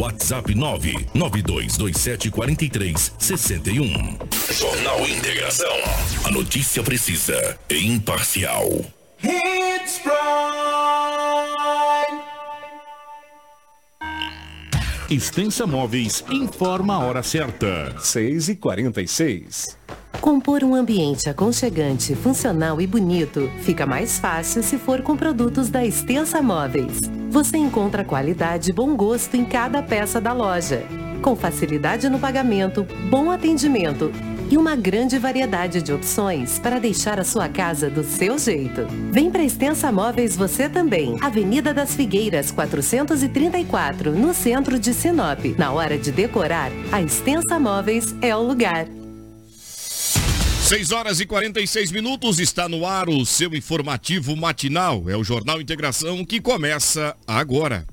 WhatsApp 992274361. Jornal Integração. A notícia precisa e imparcial. Hits Prime. Extensa Móveis informa a hora certa. 6h46. Compor um ambiente aconchegante, funcional e bonito fica mais fácil se for com produtos da Extensa Móveis. Você encontra qualidade e bom gosto em cada peça da loja, com facilidade no pagamento, bom atendimento e uma grande variedade de opções para deixar a sua casa do seu jeito. Vem para Extensa Móveis você também. Avenida das Figueiras, 434, no centro de Sinop. Na hora de decorar, a Extensa Móveis é o lugar. 6h46, está no ar o seu informativo matinal. É o Jornal Integração que começa agora.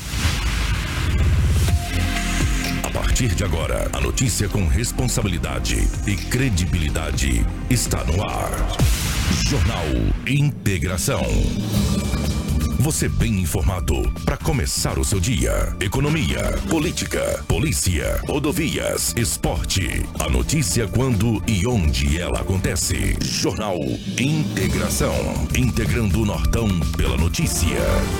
A partir de agora, a notícia com responsabilidade e credibilidade está no ar. Jornal Integração. Você bem informado para começar o seu dia. Economia, política, polícia, rodovias, esporte. A notícia quando e onde ela acontece. Jornal Integração. Integrando o Nortão pela notícia.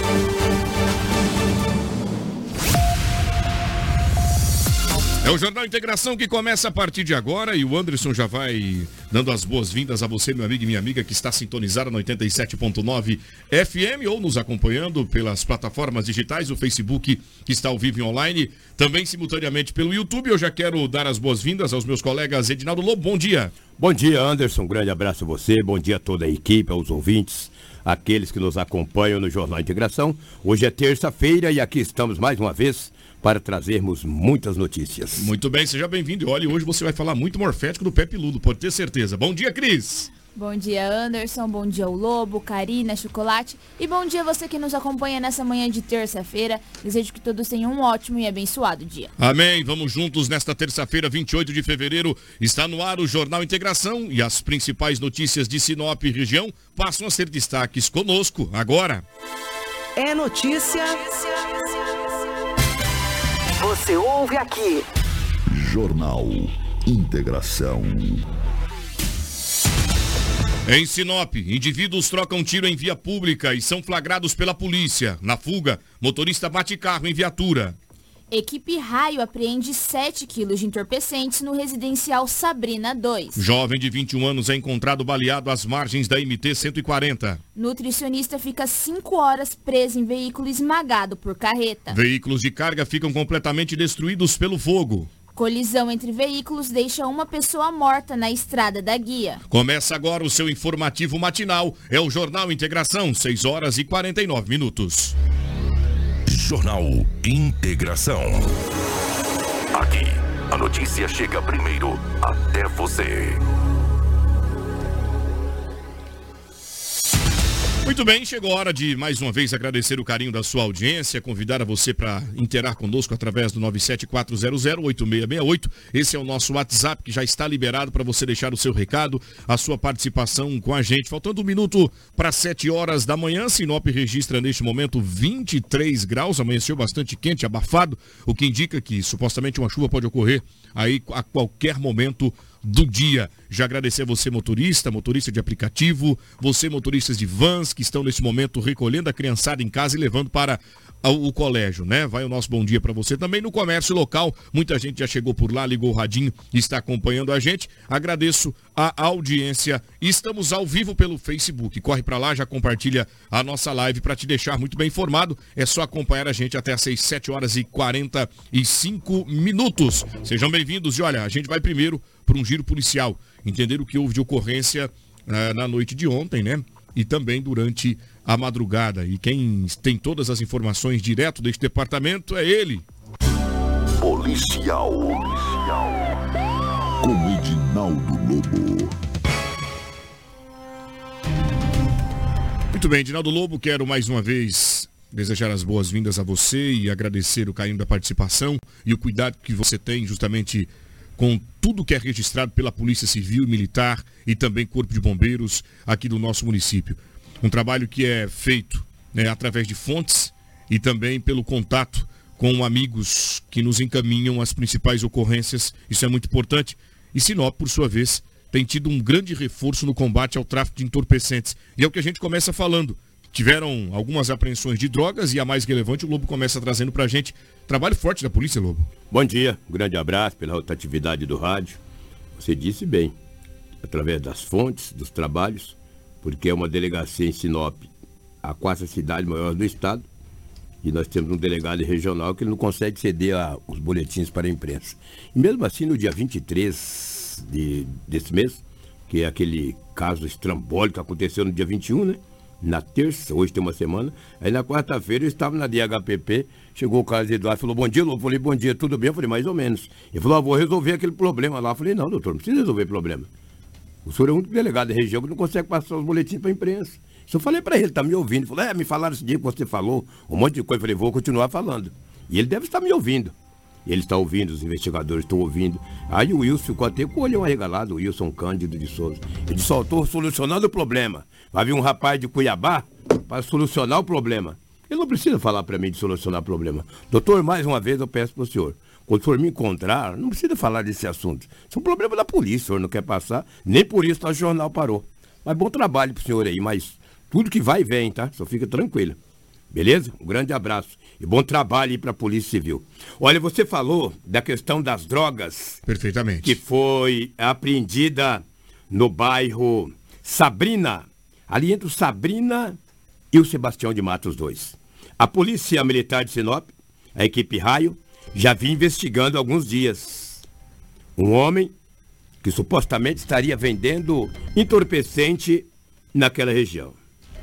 É o Jornal Integração que começa a partir de agora e o Anderson já vai dando as boas-vindas a você, meu amigo e minha amiga, que está sintonizada no 87.9 FM ou nos acompanhando pelas plataformas digitais, o Facebook que está ao vivo e online, também simultaneamente pelo YouTube. Eu já quero dar as boas-vindas aos meus colegas. Edinaldo Lobo, bom dia. Bom dia, Anderson, um grande abraço a você, bom dia a toda a equipe, aos ouvintes, aqueles que nos acompanham no Jornal Integração. Hoje é terça-feira e aqui estamos mais uma vez para trazermos muitas notícias. Muito bem, seja bem-vindo. E olha, hoje você vai falar muito morfético do Pepe Ludo, pode ter certeza. Bom dia, Cris. Bom dia, Anderson. Bom dia, o Lobo, Karina, Chocolate. E bom dia você que nos acompanha nessa manhã de terça-feira. Desejo que todos tenham um ótimo e abençoado dia. Amém. Vamos juntos nesta terça-feira, 28 de fevereiro. Está no ar o Jornal Integração e as principais notícias de Sinop e região passam a ser destaques conosco agora. É notícia. Você ouve aqui. Jornal Integração. Em Sinop, indivíduos trocam tiro em via pública e são flagrados pela polícia. Na fuga, motorista bate carro em viatura. Equipe Raio apreende 7 quilos de entorpecentes no residencial Sabrina 2. Jovem de 21 anos é encontrado baleado às margens da MT-140. Nutricionista fica 5 horas preso em veículo esmagado por carreta. Veículos de carga ficam completamente destruídos pelo fogo. Colisão entre veículos deixa uma pessoa morta na estrada da Guia. Começa agora o seu informativo matinal. É o Jornal Integração, 6h49. Jornal Integração. Aqui, a notícia chega primeiro até você. Muito bem, chegou a hora de mais uma vez agradecer o carinho da sua audiência, convidar a você para interar conosco através do 974008668. Esse é o nosso WhatsApp que já está liberado para você deixar o seu recado, a sua participação com a gente. Faltando 1 minuto para 7 horas da manhã, Sinop registra neste momento 23 graus, amanheceu bastante quente, abafado, o que indica que supostamente uma chuva pode ocorrer aí a qualquer momento do dia. Já agradecer a você, motorista de aplicativo, você, motoristas de vans que estão nesse momento recolhendo a criançada em casa e levando para o colégio, né? Vai o nosso bom dia para você também no comércio local. Muita gente já chegou por lá, ligou o radinho e está acompanhando a gente. Agradeço a audiência. Estamos ao vivo pelo Facebook. Corre para lá, já compartilha a nossa live para te deixar muito bem informado. É só acompanhar a gente até às 7h45. Sejam bem-vindos e olha, a gente vai primeiro para um giro policial, entender o que houve de ocorrência na noite de ontem, né? E também durante a madrugada. E quem tem todas as informações direto deste departamento é ele. Policial. Com Edinaldo Lobo. Muito bem, Edinaldo Lobo, quero mais uma vez desejar as boas-vindas a você e agradecer o carinho da participação e o cuidado que você tem justamente com tudo que é registrado pela Polícia Civil e Militar e também Corpo de Bombeiros aqui do nosso município. Um trabalho que é feito através de fontes e também pelo contato com amigos que nos encaminham as principais ocorrências. Isso é muito importante. E Sinop, por sua vez, tem tido um grande reforço no combate ao tráfico de entorpecentes. E é o que a gente começa falando. Tiveram algumas apreensões de drogas e a mais relevante, o Lobo começa trazendo pra gente. Trabalho forte da polícia, Lobo. Bom dia, um grande abraço pela rotatividade do rádio. Você disse bem, através das fontes, dos trabalhos, porque é uma delegacia em Sinop, a quarta cidade maior do estado, e nós temos um delegado regional que ele não consegue ceder os boletins para a imprensa. E mesmo assim, no dia 23 desse mês, que é aquele caso estrambólico que aconteceu no dia 21, né? Na terça, hoje tem uma semana, aí na quarta-feira eu estava na DHPP, chegou o Carlos Eduardo, falou, bom dia, Lobo, eu falei, bom dia, tudo bem? Eu falei, mais ou menos. Ele falou, vou resolver aquele problema lá. Eu falei, não, doutor, não precisa resolver problema. O senhor é o único delegado da região que não consegue passar os boletins para a imprensa. Isso eu falei para ele, tá me ouvindo. Ele falou, me falaram esse dia que você falou, um monte de coisa. Eu falei, vou continuar falando. E ele deve estar me ouvindo. Ele está ouvindo, os investigadores estão ouvindo. Aí o Wilson ficou até com o olhão arregalado, o Wilson Cândido de Souza. Ele só estou solucionando o problema. Vai vir um rapaz de Cuiabá para solucionar o problema. Ele não precisa falar para mim de solucionar o problema. Doutor, mais uma vez eu peço para o senhor, quando o senhor me encontrar, não precisa falar desse assunto. Isso é um problema da polícia, o senhor não quer passar, nem por isso o jornal parou. Mas bom trabalho para o senhor aí, mas tudo que vai e vem, tá? Só fica tranquilo. Beleza? Um grande abraço e bom trabalho aí para a Polícia Civil. Olha, você falou da questão das drogas. Perfeitamente. Que foi apreendida no bairro Sabrina, ali entre o Sabrina e o Sebastião de Matos 2. A Polícia Militar de Sinop, a equipe Raio, já vinha investigando há alguns dias. Um homem que supostamente estaria vendendo entorpecente naquela região.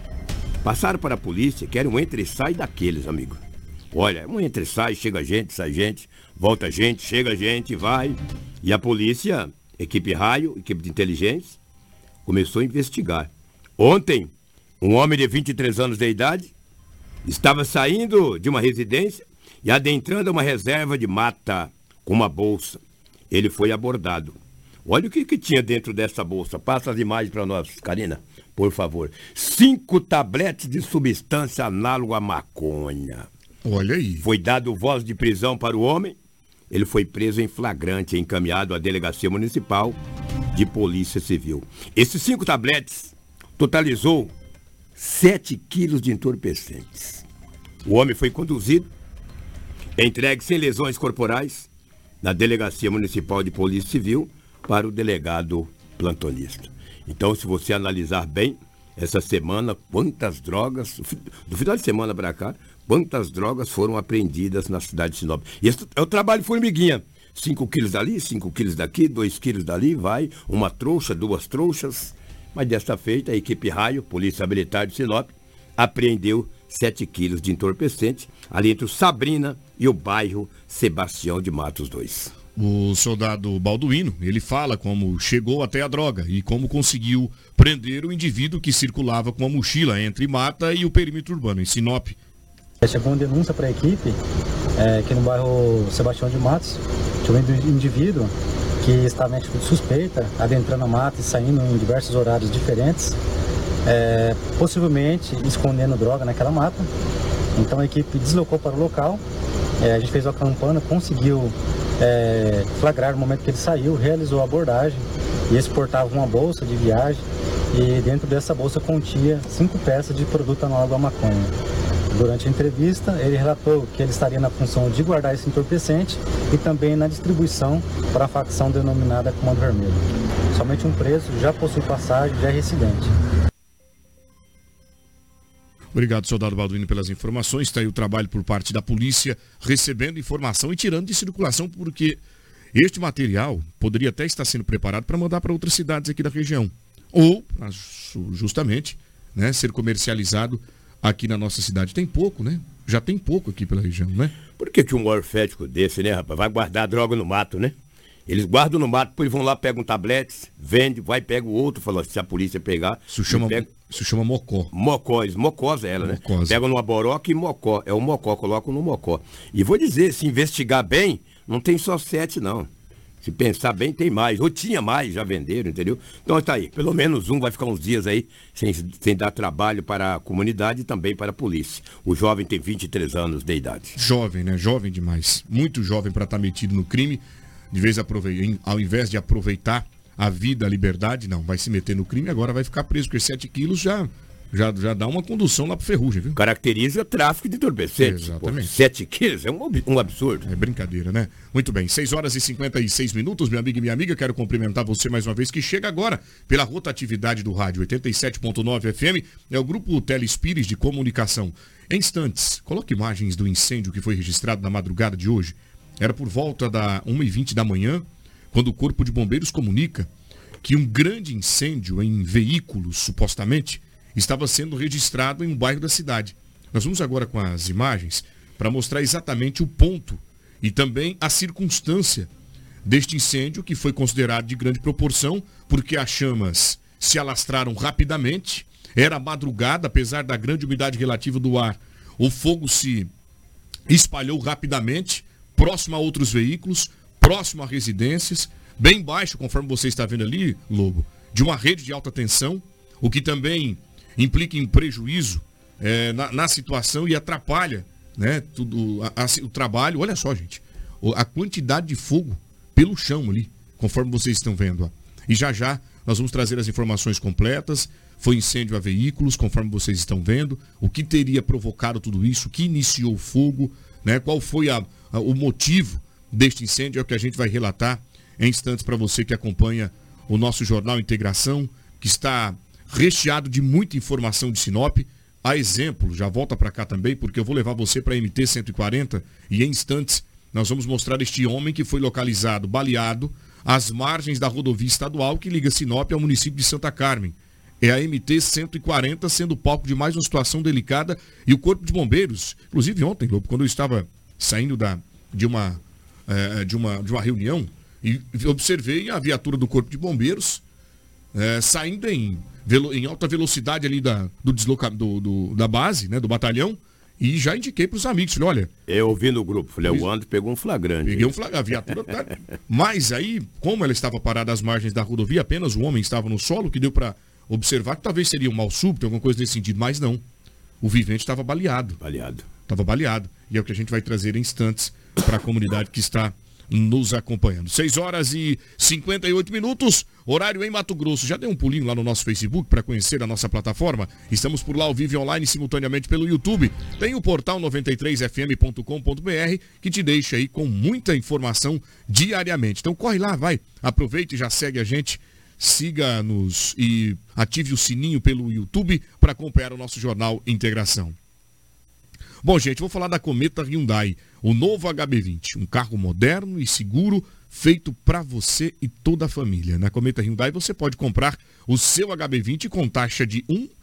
Passaram para a polícia, que era um entra e sai daqueles, amigo. Olha, um entra e sai, chega gente, sai gente, volta gente, chega gente, vai. E a polícia, equipe Raio, equipe de inteligência, começou a investigar. Ontem, um homem de 23 anos de idade estava saindo de uma residência e adentrando uma reserva de mata com uma bolsa. Ele foi abordado. Olha o que tinha dentro dessa bolsa. Passa as imagens para nós, Karina, por favor. 5 tabletes de substância análoga à maconha. Olha aí. Foi dado voz de prisão para o homem. Ele foi preso em flagrante e encaminhado à Delegacia Municipal de Polícia Civil. Esses 5 tabletes totalizou 7 quilos de entorpecentes. O homem foi conduzido, entregue sem lesões corporais, na Delegacia Municipal de Polícia Civil para o delegado plantonista. Então, se você analisar bem, essa semana, quantas drogas, do final de semana para cá, quantas drogas foram apreendidas na cidade de Sinop. E esse é o trabalho formiguinha. 5 quilos dali, 5 quilos daqui, 2 quilos dali, vai, uma trouxa, 2 trouxas. Mas desta feita, a equipe Raio, Polícia Militar de Sinop, apreendeu 7 quilos de entorpecente ali entre o Sabrina e o bairro Sebastião de Matos 2. O soldado Balduino, ele fala como chegou até a droga e como conseguiu prender o indivíduo que circulava com a mochila entre mata e o perímetro urbano, em Sinop. Chegou uma denúncia para a equipe, aqui no bairro Sebastião de Matos, de um indivíduo que estava em atitude suspeita, adentrando a mata e saindo em diversos horários diferentes, possivelmente escondendo droga naquela mata. Então a equipe deslocou para o local, a gente fez uma campana, conseguiu flagrar o momento que ele saiu, realizou a abordagem e exportava uma bolsa de viagem e dentro dessa bolsa continha 5 peças de produto análogo à maconha. Durante a entrevista, ele relatou que ele estaria na função de guardar esse entorpecente e também na distribuição para a facção denominada Comando Vermelho. Somente um preso já possui passagem, já é residente. Obrigado, soldado Balduino, pelas informações. Está aí o trabalho por parte da polícia, recebendo informação e tirando de circulação, porque este material poderia até estar sendo preparado para mandar para outras cidades aqui da região. Ou, justamente, né, ser comercializado aqui na nossa cidade. Tem pouco, né? Já tem pouco aqui pela região, né? Por que um orfético desse, né, rapaz, vai guardar droga no mato, né? Eles guardam no mato, depois vão lá, pegam um tablete, vende, vai, pega o outro, fala, se a polícia pegar... Isso chama mocó. Mocós é ela, mocós, né? Pegam numa boroca e mocó, é o mocó, colocam no mocó. E vou dizer, se investigar bem, não tem só 7, não. Se pensar bem, tem mais. Ou tinha mais, já venderam, entendeu? Então tá aí. Pelo menos um vai ficar uns dias aí sem dar trabalho para a comunidade e também para a polícia. O jovem tem 23 anos de idade. Jovem, né? Jovem demais. Muito jovem para estar metido no crime. De vez ao invés de aproveitar a vida, a liberdade, não. Vai se meter no crime, agora vai ficar preso, porque 7 quilos já dá uma condução lá pro Ferrugem, viu? Caracteriza tráfico de entorpecentes. Exatamente. 7 quilos é um absurdo. É brincadeira, né? Muito bem, 6 horas e 56 minutos, meu amigo e minha amiga, quero cumprimentar você mais uma vez que chega agora pela rotatividade do rádio 87.9 FM, é o grupo Telespires de Comunicação. Em instantes, coloque imagens do incêndio que foi registrado na madrugada de hoje. Era por volta da 1h20 da manhã, quando o Corpo de Bombeiros comunica que um grande incêndio em veículos, supostamente, estava sendo registrado em um bairro da cidade. Nós vamos agora com as imagens para mostrar exatamente o ponto e também a circunstância deste incêndio, que foi considerado de grande proporção, porque as chamas se alastraram rapidamente, era madrugada, apesar da grande umidade relativa do ar, o fogo se espalhou rapidamente, próximo a outros veículos, próximo a residências, bem baixo, conforme você está vendo ali, Lobo, de uma rede de alta tensão, o que também implica em prejuízo na situação e atrapalha, né, o trabalho. Olha só, gente, a quantidade de fogo pelo chão ali, conforme vocês estão vendo. Ó. E já nós vamos trazer as informações completas. Foi incêndio a veículos, conforme vocês estão vendo, o que teria provocado tudo isso, o que iniciou o fogo, né, qual foi o motivo deste incêndio, é o que a gente vai relatar em instantes para você que acompanha o nosso Jornal Integração, que está recheado de muita informação de Sinop. A exemplo, já volta para cá também, porque eu vou levar você para a MT 140 e em instantes nós vamos mostrar este homem que foi localizado, baleado, às margens da rodovia estadual que liga Sinop ao município de Santa Carmen. É a MT 140 sendo palco de mais uma situação delicada e o Corpo de Bombeiros, inclusive ontem, quando eu estava saindo de uma reunião e observei a viatura do Corpo de Bombeiros saindo em alta velocidade ali da base, né, do batalhão, e já indiquei para os amigos, falei, olha... Eu ouvi no grupo, falei, o André pegou um flagrante. Peguei um flagrante, a viatura tá... Mas aí, como ela estava parada às margens da rodovia, apenas o homem estava no solo, que deu para observar que talvez seria um mal súbito, alguma coisa nesse sentido, mas não. O vivente estava baleado. Estava baleado. E é o que a gente vai trazer em instantes para a comunidade que está nos acompanhando. 6 horas e 58 minutos, horário em Mato Grosso. Já deu um pulinho lá no nosso Facebook para conhecer a nossa plataforma? Estamos por lá ao vivo e online, simultaneamente pelo YouTube. Tem o portal 93fm.com.br que te deixa aí com muita informação diariamente. Então corre lá, vai, aproveite e já segue a gente. Siga-nos e ative o sininho pelo YouTube para acompanhar o nosso Jornal Integração. Bom, gente, vou falar da Cometa Hyundai, o novo HB20, um carro moderno e seguro feito para você e toda a família. Na Cometa Hyundai você pode comprar o seu HB20 com taxa de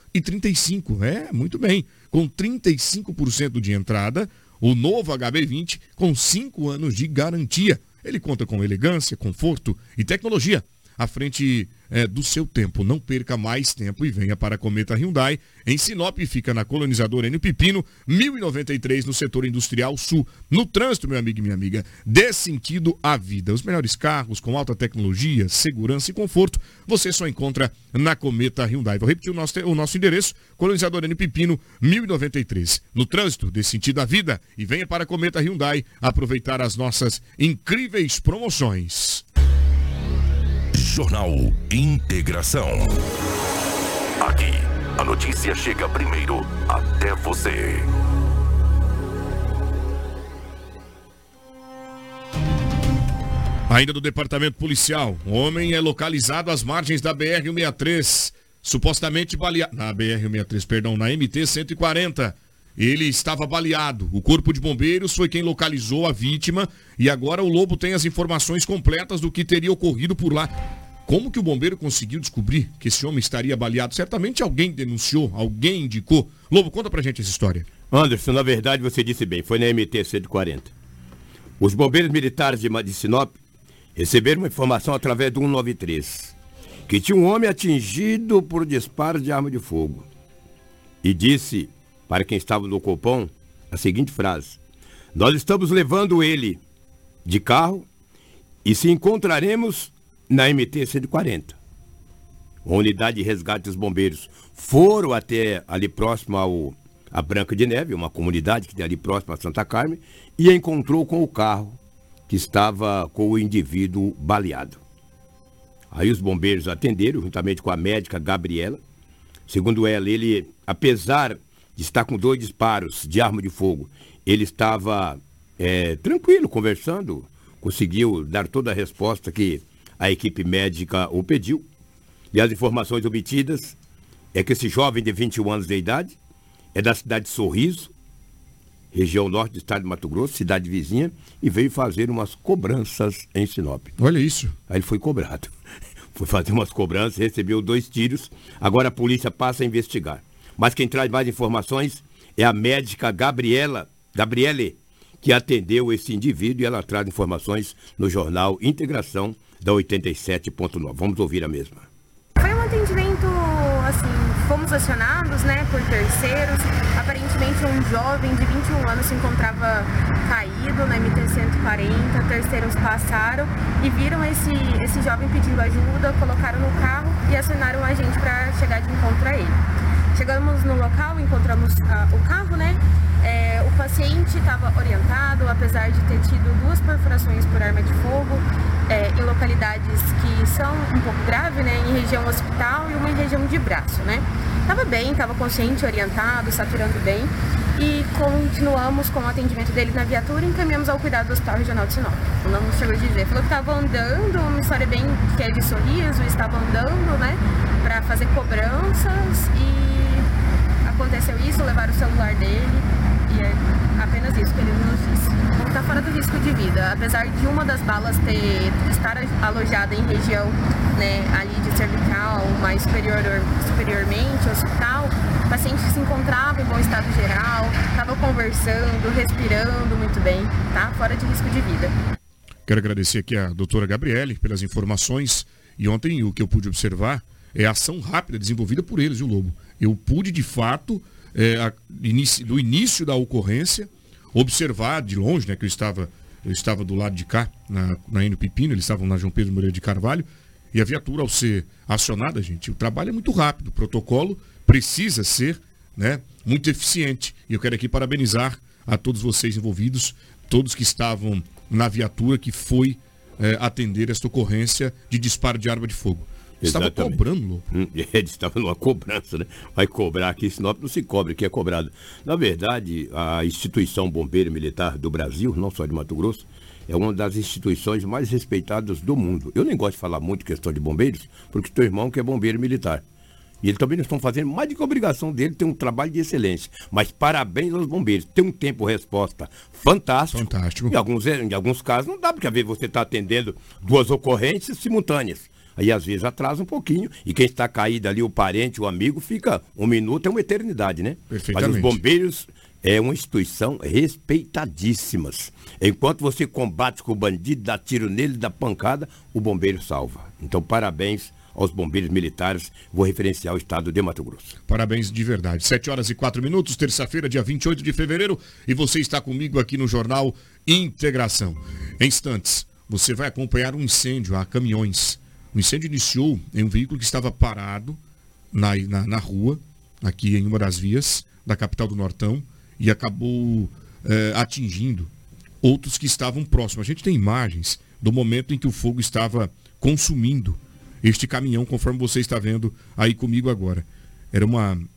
1,35. Muito bem, com 35% de entrada, o novo HB20 com 5 anos de garantia. Ele conta com elegância, conforto e tecnologia à frente do seu tempo. Não perca mais tempo e venha para a Cometa Hyundai. Em Sinop, fica na Colonizadora N. Pipino, 1093, no setor industrial sul. No trânsito, meu amigo e minha amiga, dê sentido à vida. Os melhores carros com alta tecnologia, segurança e conforto, você só encontra na Cometa Hyundai. Vou repetir o nosso endereço, Colonizadora N. Pipino, 1093. No trânsito, dê sentido à vida e venha para a Cometa Hyundai aproveitar as nossas incríveis promoções. Jornal Integração. Aqui, a notícia chega primeiro até você. Ainda do Departamento Policial, um homem é localizado às margens da BR-163, supostamente baleado... Na BR-163, perdão, na MT-140. Ele estava baleado. O Corpo de Bombeiros foi quem localizou a vítima e agora o Lobo tem as informações completas do que teria ocorrido por lá. Como que o bombeiro conseguiu descobrir que esse homem estaria baleado? Certamente alguém denunciou, alguém indicou. Lobo, conta pra gente essa história. Anderson, na verdade você disse bem, foi na MT-140. Os bombeiros militares de Sinop receberam uma informação através do 193, que tinha um homem atingido por disparo de arma de fogo. E disse para quem estava no Copom a seguinte frase: nós estamos levando ele de carro E se encontraremos na MT 140. A unidade de resgate dos bombeiros foram até ali próximo a Branca de Neve, uma comunidade que tem ali próximo a Santa Carmen, e encontrou com o carro que estava com o indivíduo baleado. Aí os bombeiros atenderam, juntamente com a médica Gabriela. Segundo ela, ele, apesar de estar com 2 disparos de arma de fogo, ele estava tranquilo, conversando, conseguiu dar toda a resposta que a equipe médica o pediu. E as informações obtidas é que esse jovem de 21 anos de idade é da cidade de Sorriso, região norte do estado de Mato Grosso, cidade vizinha, e veio fazer umas cobranças em Sinop. Olha isso. Aí ele foi cobrado. Foi fazer umas cobranças, recebeu 2 tiros. Agora a polícia passa a investigar. Mas quem traz mais informações é a médica Gabriele, que atendeu esse indivíduo, e ela traz informações no jornal Integração da 87.9. Vamos ouvir a mesma. Foi um atendimento, assim, fomos acionados, né, por terceiros. Aparentemente um jovem de 21 anos se encontrava caído na MT 140, terceiros passaram e viram esse jovem pedindo ajuda, colocaram no carro e acionaram a gente para chegar de encontro a ele. Chegamos no local, encontramos o carro, né? O paciente estava orientado, apesar de ter tido 2 perfurações por arma de fogo, em localidades que são um pouco graves, né? Em região hospital e uma em região de braço, né? Estava bem, estava consciente, orientado, saturando bem, e continuamos com o atendimento dele na viatura e encaminhamos ao cuidado do Hospital Regional de Sinop. Não chegou a dizer, falou que estava andando, uma história bem que é de Sorriso, estava andando, né? Para fazer cobranças e aconteceu isso, levaram o celular dele e é apenas isso que ele nos disse. Então está fora do risco de vida, apesar de uma das balas estar alojada em região, né, ali de cervical, mais superiormente, hospital, o paciente se encontrava em bom estado geral, estava conversando, respirando muito bem, tá? Fora de risco de vida. Quero agradecer aqui a doutora Gabriele pelas informações, e ontem o que eu pude observar é a ação rápida desenvolvida por eles, viu, Lobo? Eu pude, de fato, do início da ocorrência, observar de longe, né, que eu estava do lado de cá, na Enio Pipino, eles estavam na João Pedro Moreira de Carvalho, e a viatura, ao ser acionada, gente, o trabalho é muito rápido, o protocolo precisa ser, né, muito eficiente. E eu quero aqui parabenizar a todos vocês envolvidos, todos que estavam na viatura que foi atender esta ocorrência de disparo de arma de fogo. Estava cobrando, Lobo. Ele estava numa cobrança, né? Vai cobrar aqui, senão não se cobra, aqui é cobrado. Na verdade, a instituição Bombeiro Militar do Brasil, não só de Mato Grosso, é uma das instituições mais respeitadas do mundo. Eu nem gosto de falar muito questão de bombeiros, porque teu irmão que é bombeiro militar. E eles também não estão fazendo mais do que a obrigação dele, ter um trabalho de excelência. Mas parabéns aos bombeiros. Tem um tempo-resposta fantástico. Fantástico. Em alguns casos não dá, porque às vezes você está atendendo 2 ocorrências simultâneas. Aí às vezes atrasa um pouquinho, e quem está caído ali, o parente, o amigo, fica 1 minuto, é uma eternidade, né? Perfeitamente. Mas os bombeiros é uma instituição respeitadíssima. Enquanto você combate com o bandido, dá tiro nele, dá pancada, o bombeiro salva. Então parabéns aos bombeiros militares, vou referenciar o estado de Mato Grosso. Parabéns de verdade. 7h04, terça-feira, dia 28 de fevereiro, e você está comigo aqui no Jornal Integração. Em instantes, você vai acompanhar um incêndio a caminhões. O incêndio iniciou em um veículo que estava parado na rua, aqui em uma das vias da capital do Nortão, e acabou atingindo outros que estavam próximos. A gente tem imagens do momento em que o fogo estava consumindo este caminhão, conforme você está vendo aí comigo agora. Era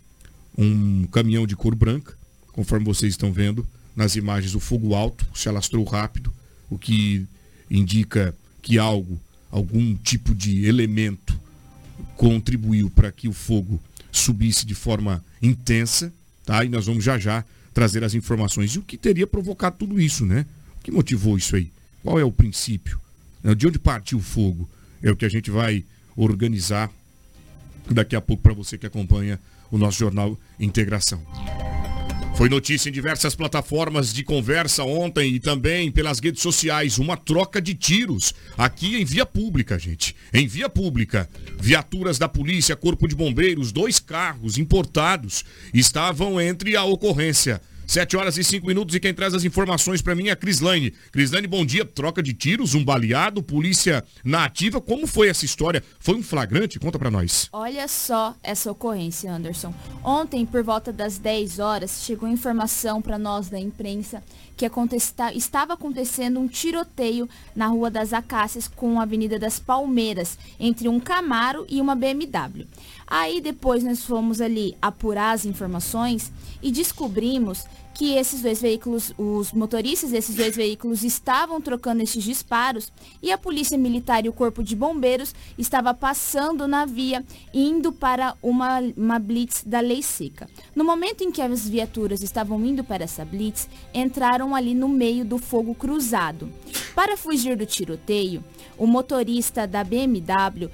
um caminhão de cor branca, conforme vocês estão vendo nas imagens. O fogo alto se alastrou rápido, o que indica que algum tipo de elemento contribuiu para que o fogo subisse de forma intensa, tá? E nós vamos já trazer as informações. E o que teria provocado tudo isso, né? O que motivou isso aí? Qual é o princípio? De onde partiu o fogo? É o que a gente vai organizar daqui a pouco para você que acompanha o nosso Jornal Integração. Foi notícia em diversas plataformas de conversa ontem e também pelas redes sociais, uma troca de tiros aqui em via pública, gente. Em via pública, viaturas da polícia, corpo de bombeiros, 2 carros importados estavam entre a ocorrência. 7h05 e quem traz as informações para mim é a Crislaine. Crislaine, bom dia. Troca de tiros, um baleado, polícia na ativa. Como foi essa história? Foi um flagrante? Conta para nós. Olha só essa ocorrência, Anderson. Ontem, por volta das 10 horas, chegou informação para nós da imprensa que estava acontecendo um tiroteio na Rua das Acácias com a Avenida das Palmeiras, entre um Camaro e uma BMW. Aí depois nós fomos ali apurar as informações e descobrimos que esses dois veículos, os motoristas desses dois veículos estavam trocando esses disparos e a Polícia Militar e o Corpo de Bombeiros estava passando na via, indo para uma blitz da Lei Seca. No momento em que as viaturas estavam indo para essa blitz, entraram ali no meio do fogo cruzado. Para fugir do tiroteio, o motorista da BMW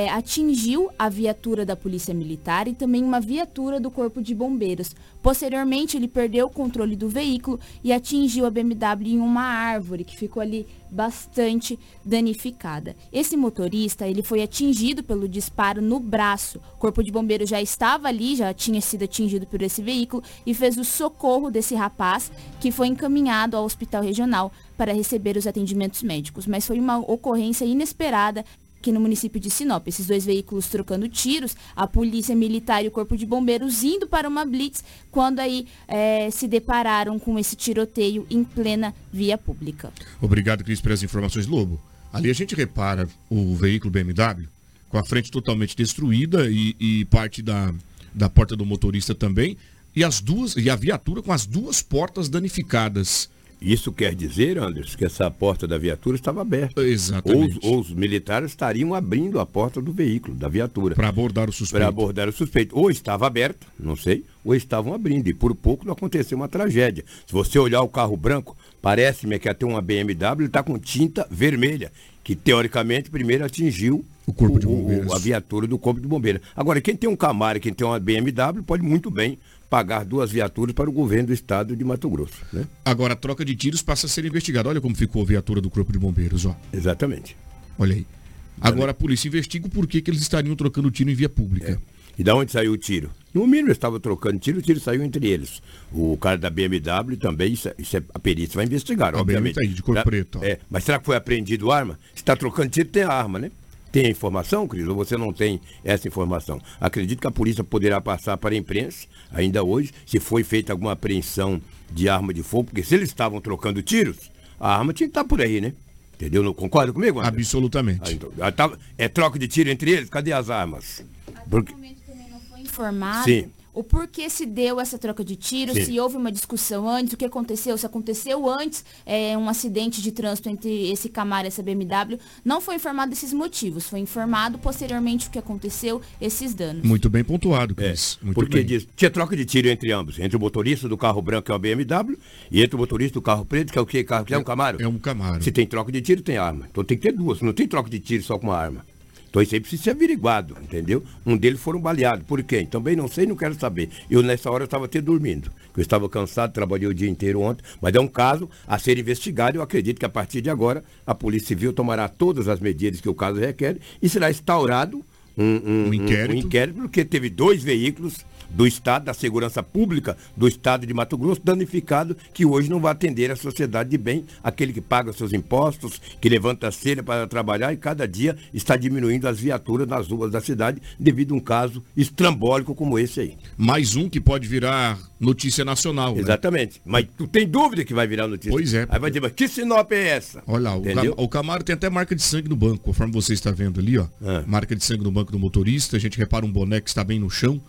atingiu a viatura da Polícia Militar e também uma viatura do Corpo de Bombeiros. Posteriormente, ele perdeu o controle do veículo e atingiu a BMW em uma árvore que ficou ali bastante danificada. Esse motorista, ele foi atingido pelo disparo no braço. O Corpo de Bombeiros já estava ali, já tinha sido atingido por esse veículo e fez o socorro desse rapaz, que foi encaminhado ao Hospital Regional para receber os atendimentos médicos. Mas foi uma ocorrência inesperada aqui no município de Sinop. Esses dois veículos trocando tiros, a Polícia Militar e o Corpo de Bombeiros indo para uma blitz, quando aí se depararam com esse tiroteio em plena via pública. Obrigado, Cris, pelas informações. Lobo, ali a gente repara o veículo BMW com a frente totalmente destruída e parte da porta do motorista também, e a viatura com as duas portas danificadas. Isso quer dizer, Anderson, que essa porta da viatura estava aberta. Exatamente. Ou os militares estariam abrindo a porta do veículo, da viatura. Para abordar o suspeito. Ou estava aberta, não sei, ou estavam abrindo. E por pouco não aconteceu uma tragédia. Se você olhar o carro branco, parece-me que até uma BMW, ele está com tinta vermelha, que teoricamente primeiro atingiu o Corpo de Bombeiros. A viatura do Corpo de Bombeiros. Agora, quem tem um Camaro e quem tem uma BMW pode muito bem pagar duas viaturas para o governo do estado de Mato Grosso, né? Agora, a troca de tiros passa a ser investigada. Olha como ficou a viatura do Corpo de Bombeiros, ó. Exatamente. Olha aí. Agora a polícia investiga o porquê que eles estariam trocando tiro em via pública. E da onde saiu o tiro? No mínimo eles estavam trocando tiro, o tiro saiu entre eles. O cara da BMW também, a perícia vai investigar, obviamente. Tá aí, de cor preta. Mas será que foi apreendido arma? Se está trocando tiro, tem a arma, né? Tem a informação, Cris, ou você não tem essa informação? Acredito que a polícia poderá passar para a imprensa, ainda hoje, se foi feita alguma apreensão de arma de fogo, porque se eles estavam trocando tiros, a arma tinha que estar por aí, né? Entendeu? Não concorda comigo, André? Absolutamente. Então, é troca de tiro entre eles? Cadê as armas? Porque também não foi informado. Sim. O porquê se deu essa troca de tiros, se houve uma discussão antes, o que aconteceu, se aconteceu antes um acidente de trânsito entre esse Camaro e essa BMW, não foi informado esses motivos, foi informado posteriormente o que aconteceu, esses danos. Muito bem pontuado, Cris. Porque tinha troca de tiro entre ambos, entre o motorista do carro branco, que é o BMW, e entre o motorista do carro preto, que é o quê? Que é um Camaro? É um Camaro. Se tem troca de tiro, tem arma. Então tem que ter duas, não tem troca de tiro só com uma arma. Então isso aí precisa ser averiguado, entendeu? Um deles foram baleados. Por quem? Também não sei, não quero saber. Eu nessa hora eu estava até dormindo. Eu estava cansado, trabalhei o dia inteiro ontem, mas é um caso a ser investigado. Eu acredito que a partir de agora a Polícia Civil tomará todas as medidas que o caso requer e será instaurado um inquérito, porque teve dois veículos do Estado, da Segurança Pública do Estado de Mato Grosso, danificado, que hoje não vai atender a sociedade de bem, aquele que paga seus impostos, que levanta cedo para trabalhar e cada dia está diminuindo as viaturas nas ruas da cidade devido a um caso estrambólico como esse aí. Mais um que pode virar notícia nacional. Exatamente. Né? Mas tu tem dúvida que vai virar notícia? Pois é. Aí vai dizer, mas que Sinop é essa? Olha lá, o Camaro tem até marca de sangue no banco, conforme você está vendo ali, ó. Marca de sangue no banco do motorista, a gente repara um boné que está bem no chão.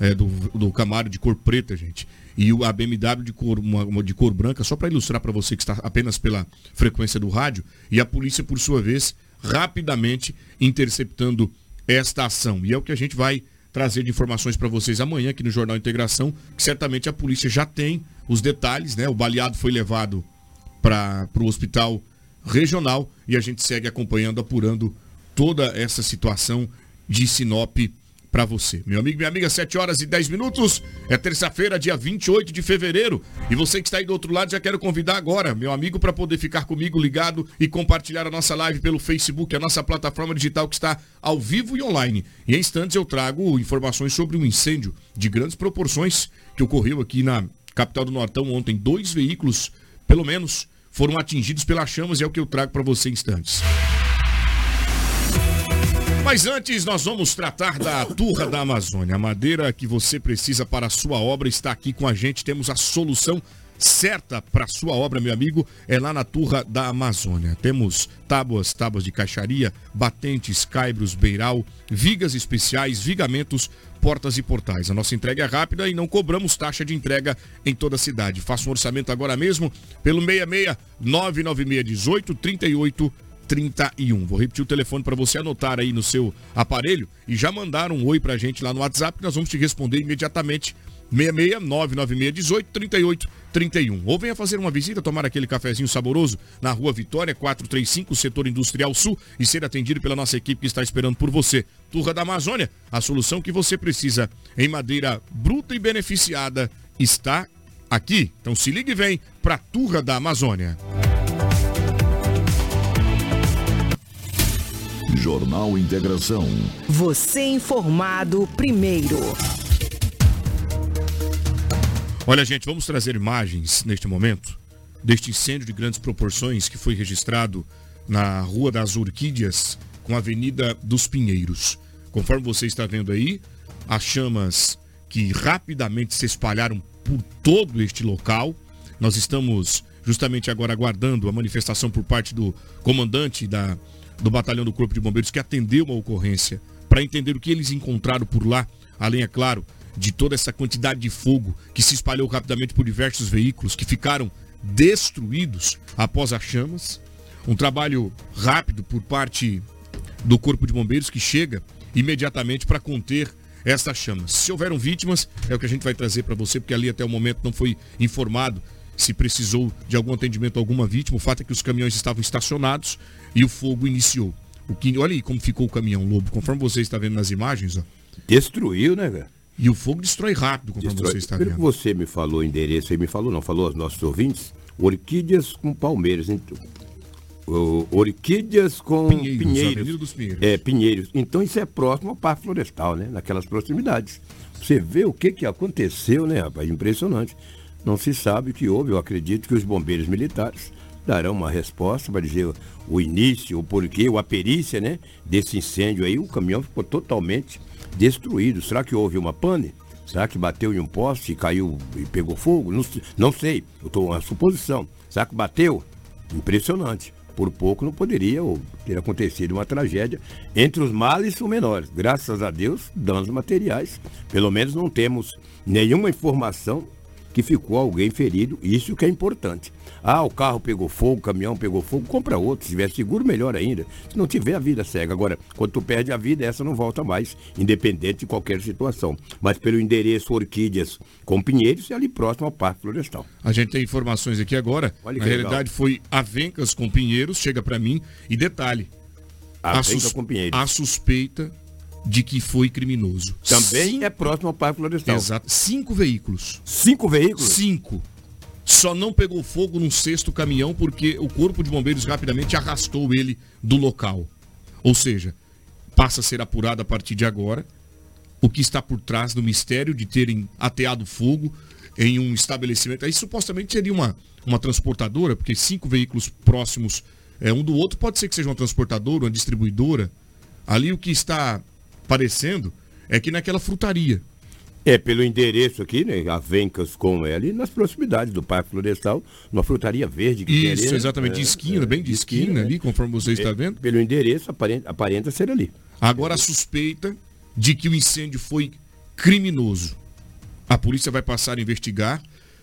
Do Camaro de cor preta, gente. E a BMW de cor branca, só para ilustrar para você que está apenas pela frequência do rádio. E a polícia, por sua vez, rapidamente interceptando esta ação. E é o que a gente vai trazer de informações para vocês amanhã aqui no Jornal Integração, que certamente a polícia já tem os detalhes, né? O baleado foi levado para o hospital regional e a gente segue acompanhando, apurando toda essa situação de Sinop para você. Meu amigo, minha amiga, 7h10. É terça-feira, dia 28 de fevereiro. E você que está aí do outro lado, já quero convidar agora, meu amigo, para poder ficar comigo ligado e compartilhar a nossa live pelo Facebook, a nossa plataforma digital que está ao vivo e online. E em instantes eu trago informações sobre um incêndio de grandes proporções que ocorreu aqui na capital do Nortão, ontem 2 veículos, pelo menos, foram atingidos pelas chamas e é o que eu trago para você em instantes. Mas antes, nós vamos tratar da Turra da Amazônia. A madeira que você precisa para a sua obra está aqui com a gente. Temos a solução certa para a sua obra, meu amigo, é lá na Turra da Amazônia. Temos tábuas de caixaria, batentes, caibros, beiral, vigas especiais, vigamentos, portas e portais. A nossa entrega é rápida e não cobramos taxa de entrega em toda a cidade. Faça um orçamento agora mesmo pelo 66 996 18 38 31. Vou repetir o telefone para você anotar aí no seu aparelho e já mandar um oi pra gente lá no WhatsApp que nós vamos te responder imediatamente. 66 996 18 38 31. Ou venha fazer uma visita, tomar aquele cafezinho saboroso na Rua Vitória 435, Setor Industrial Sul, e ser atendido pela nossa equipe que está esperando por você. Turra da Amazônia, a solução que você precisa em madeira bruta e beneficiada está aqui. Então se ligue e vem para Turra da Amazônia. Jornal Integração. Você informado primeiro. Olha, gente, vamos trazer imagens neste momento deste incêndio de grandes proporções que foi registrado na Rua das Orquídeas com a Avenida dos Pinheiros. Conforme você está vendo aí, as chamas que rapidamente se espalharam por todo este local. Nós estamos justamente agora aguardando a manifestação por parte do comandante do Batalhão do Corpo de Bombeiros que atendeu uma ocorrência para entender o que eles encontraram por lá, além, é claro, de toda essa quantidade de fogo que se espalhou rapidamente por diversos veículos que ficaram destruídos após as chamas. Um trabalho rápido por parte do Corpo de Bombeiros que chega imediatamente para conter estas chamas. Se houveram vítimas, é o que a gente vai trazer para você, porque ali até o momento não foi informado se precisou de algum atendimento a alguma vítima. O fato é que os caminhões estavam estacionados e o fogo iniciou. Olha aí como ficou o caminhão, Lobo, conforme você está vendo nas imagens. Ó. Destruiu, né, cara? E o fogo destrói rápido, conforme você está vendo. Pelo que você me falou o endereço aí, falou aos nossos ouvintes, Orquídeas com Palmeiras. Então, Orquídeas com Pinheiros. Avenida dos Pinheiros. Pinheiros. Então isso é próximo ao Parque Florestal, né? Naquelas proximidades. Você vê o que aconteceu, né, rapaz? Impressionante. Não se sabe o que houve. Eu acredito que os bombeiros militares darão uma resposta para dizer o início, o porquê, a perícia, né, desse incêndio aí. O caminhão ficou totalmente destruído. Será que houve uma pane? Será que bateu em um poste e caiu e pegou fogo? Não sei. Eu estou uma suposição. Será que bateu? Impressionante. Por pouco não poderia ter acontecido uma tragédia entre os males e os menores. Graças a Deus, danos materiais. Pelo menos não temos nenhuma informação que ficou alguém ferido. Isso que é importante. O carro pegou fogo, o caminhão pegou fogo, compra outro. Se tiver seguro, melhor ainda. Se não tiver, a vida cega. Agora, quando tu perde a vida, essa não volta mais, independente de qualquer situação. Mas pelo endereço Orquídeas com Pinheiros, é ali próximo ao Parque Florestal. A gente tem informações aqui agora. Olha na realidade, foi Avencas com Pinheiros, chega para mim. E detalhe, com Pinheiros. A suspeita de que foi criminoso. Também é próximo ao Parque Florestal. Exato. 5 veículos. 5 veículos? 5. Só não pegou fogo num 6º caminhão porque o Corpo de Bombeiros rapidamente arrastou ele do local. Ou seja, passa a ser apurado a partir de agora o que está por trás do mistério de terem ateado fogo em um estabelecimento. Aí supostamente seria uma transportadora, porque 5 veículos próximos um do outro, pode ser que seja uma transportadora, uma distribuidora. Ali o que está parecendo é que naquela frutaria. Pelo endereço aqui, né? Avencas com ali nas proximidades do Parque Florestal, numa frutaria verde que tem ali. Isso, exatamente, de esquina, bem de esquina ali, conforme você está vendo. Pelo endereço, aparenta ser ali. Agora a suspeita de que o incêndio foi criminoso. A polícia vai passar a investigar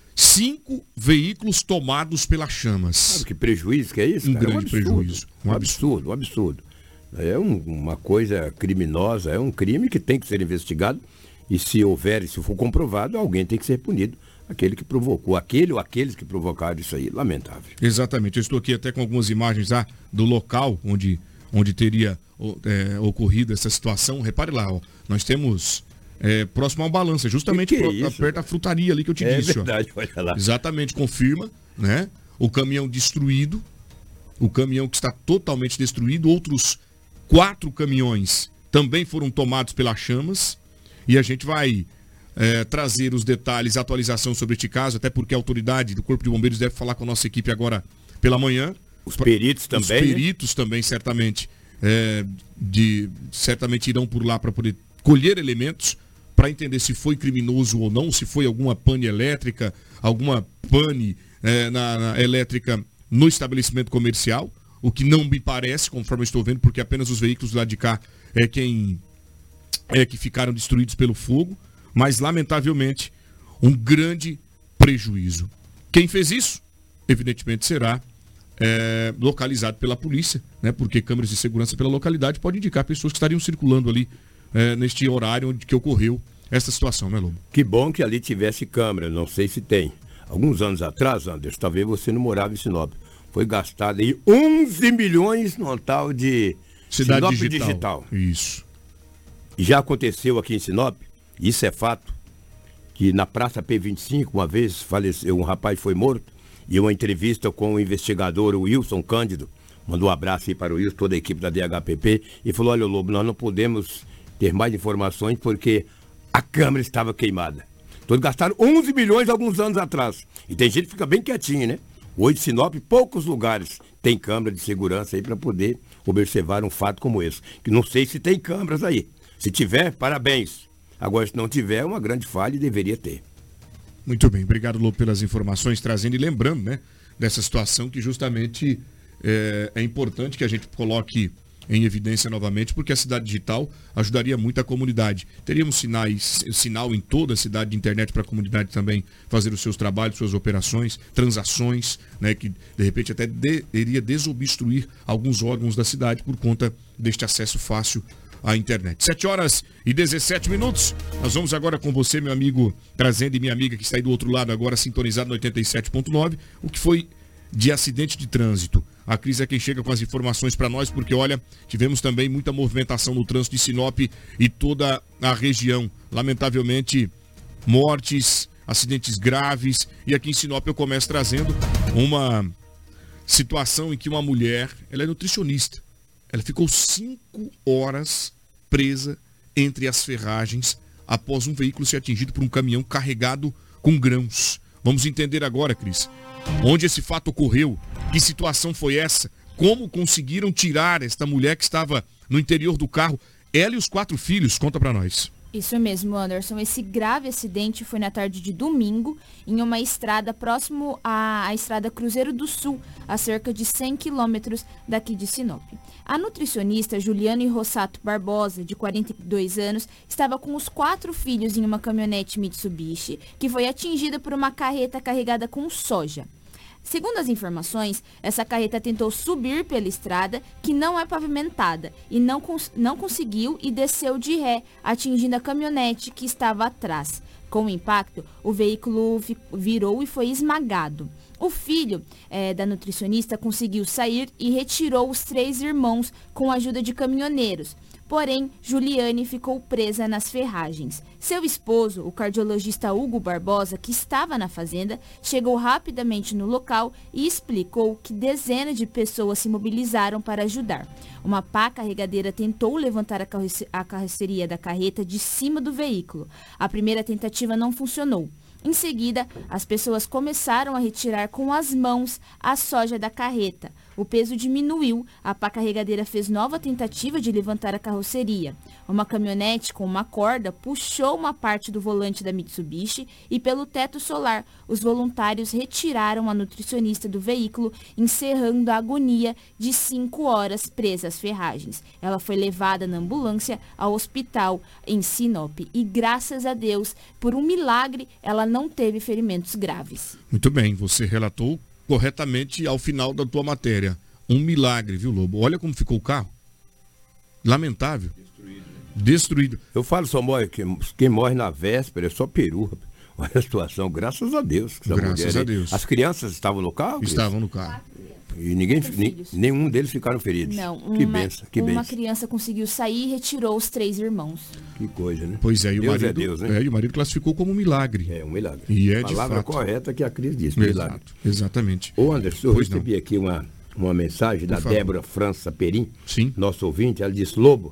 5 veículos tomados pelas chamas. Sabe que prejuízo que é isso? Um cara? grande prejuízo. Um absurdo. É uma coisa criminosa, é um crime que tem que ser investigado. E se for comprovado, alguém tem que ser punido. Aquele que provocou, aquele ou aqueles que provocaram isso aí. Lamentável. Exatamente. Eu estou aqui até com algumas imagens do local onde teria ocorrido essa situação. Repare lá, ó, nós temos próximo a uma balança, justamente perto da frutaria ali que eu te disse. Verdade, olha lá. Exatamente, confirma, né? O caminhão destruído, o caminhão que está totalmente destruído. Outros 4 caminhões também foram tomados pelas chamas. E a gente vai trazer os detalhes, a atualização sobre este caso, até porque a autoridade do Corpo de Bombeiros deve falar com a nossa equipe agora pela manhã. Os peritos também. Os peritos também, certamente, certamente irão por lá para poder colher elementos para entender se foi criminoso ou não, se foi alguma pane elétrica, alguma pane na elétrica no estabelecimento comercial, o que não me parece, conforme eu estou vendo, porque apenas os veículos lá de cá que ficaram destruídos pelo fogo, mas lamentavelmente um grande prejuízo. Quem fez isso, evidentemente, será localizado pela polícia, né? Porque câmeras de segurança pela localidade podem indicar pessoas que estariam circulando ali neste horário onde que ocorreu essa situação, né, Lobo? Que bom que ali tivesse câmera, não sei se tem. Alguns anos atrás, Anderson, talvez você não morava em Sinop, foi gastado aí 11 milhões no tal de Cidade Sinop Digital. Isso. E já aconteceu aqui em Sinop, isso é fato, que na Praça P25, uma vez faleceu, um rapaz foi morto, e uma entrevista com o investigador Wilson Cândido, mandou um abraço aí para o Wilson, toda a equipe da DHPP, e falou: olha, Lobo, nós não podemos ter mais informações porque a câmera estava queimada. Todos gastaram 11 milhões alguns anos atrás. E tem gente que fica bem quietinho, né? Hoje, Sinop, poucos lugares tem câmera de segurança aí para poder observar um fato como esse. Que não sei se tem câmeras aí. Se tiver, parabéns. Agora, se não tiver, é uma grande falha e deveria ter. Muito bem, obrigado, Lobo, pelas informações, trazendo e lembrando, né, dessa situação que justamente é importante que a gente coloque em evidência novamente, porque a cidade digital ajudaria muito a comunidade. Teríamos sinal em toda a cidade de internet para a comunidade também fazer os seus trabalhos, suas operações, transações, né, que de repente até iria desobstruir alguns órgãos da cidade por conta deste acesso fácil à internet. 7h17. Nós vamos agora com você, meu amigo, trazendo, e minha amiga que está aí do outro lado agora, sintonizado no 87.9, o que foi de acidente de trânsito. A Cris é quem chega com as informações para nós, porque olha, tivemos também muita movimentação no trânsito de Sinop e toda a região. Lamentavelmente, mortes, acidentes graves, e aqui em Sinop eu começo trazendo uma situação em que uma mulher, ela é nutricionista, ela ficou 5 horas presa entre as ferragens após um veículo ser atingido por um caminhão carregado com grãos. Vamos entender agora, Cris, onde esse fato ocorreu, que situação foi essa, como conseguiram tirar esta mulher que estava no interior do carro, ela e os 4 filhos. Conta pra nós. Isso mesmo, Anderson. Esse grave acidente foi na tarde de domingo, em uma estrada próximo à estrada Cruzeiro do Sul, a cerca de 100 quilômetros daqui de Sinop. A nutricionista Juliane Rossato Barbosa, de 42 anos, estava com os 4 filhos em uma caminhonete Mitsubishi, que foi atingida por uma carreta carregada com soja. Segundo as informações, essa carreta tentou subir pela estrada, que não é pavimentada, e não conseguiu e desceu de ré, atingindo a caminhonete que estava atrás. Com o impacto, o veículo virou e foi esmagado. O filho da nutricionista conseguiu sair e retirou os 3 irmãos com a ajuda de caminhoneiros. Porém, Juliane ficou presa nas ferragens. Seu esposo, o cardiologista Hugo Barbosa, que estava na fazenda, chegou rapidamente no local e explicou que dezenas de pessoas se mobilizaram para ajudar. Uma pá carregadeira tentou levantar a carroceria da carreta de cima do veículo. A primeira tentativa não funcionou. Em seguida, as pessoas começaram a retirar com as mãos a soja da carreta. O peso diminuiu, a pá carregadeira fez nova tentativa de levantar a carroceria. Uma caminhonete com uma corda puxou uma parte do volante da Mitsubishi e pelo teto solar, os voluntários retiraram a nutricionista do veículo, encerrando a agonia de 5 horas presa às ferragens. Ela foi levada na ambulância ao hospital em Sinop e, graças a Deus, por um milagre, ela não teve ferimentos graves. Muito bem, você relatou corretamente ao final da tua matéria. Um milagre, viu, Lobo? Olha como ficou o carro. Lamentável. Destruído. Eu falo só, quem morre na véspera é só peru. Olha a situação, graças a Deus. Graças a Deus. As crianças estavam no carro? Estavam no carro. E nenhum deles ficaram feridos. Não, que benção, que benção. Uma criança conseguiu sair e retirou os 3 irmãos. Que coisa, né? Pois é, e o Deus marido, é Deus, né? E o marido classificou como um milagre. É, um milagre. E é a de palavra fato correta que a Cris disse, milagre. Exato, exatamente. Ô Anderson, eu recebi aqui uma mensagem da Débora França Perim, sim, nosso ouvinte. Ela disse: Lobo,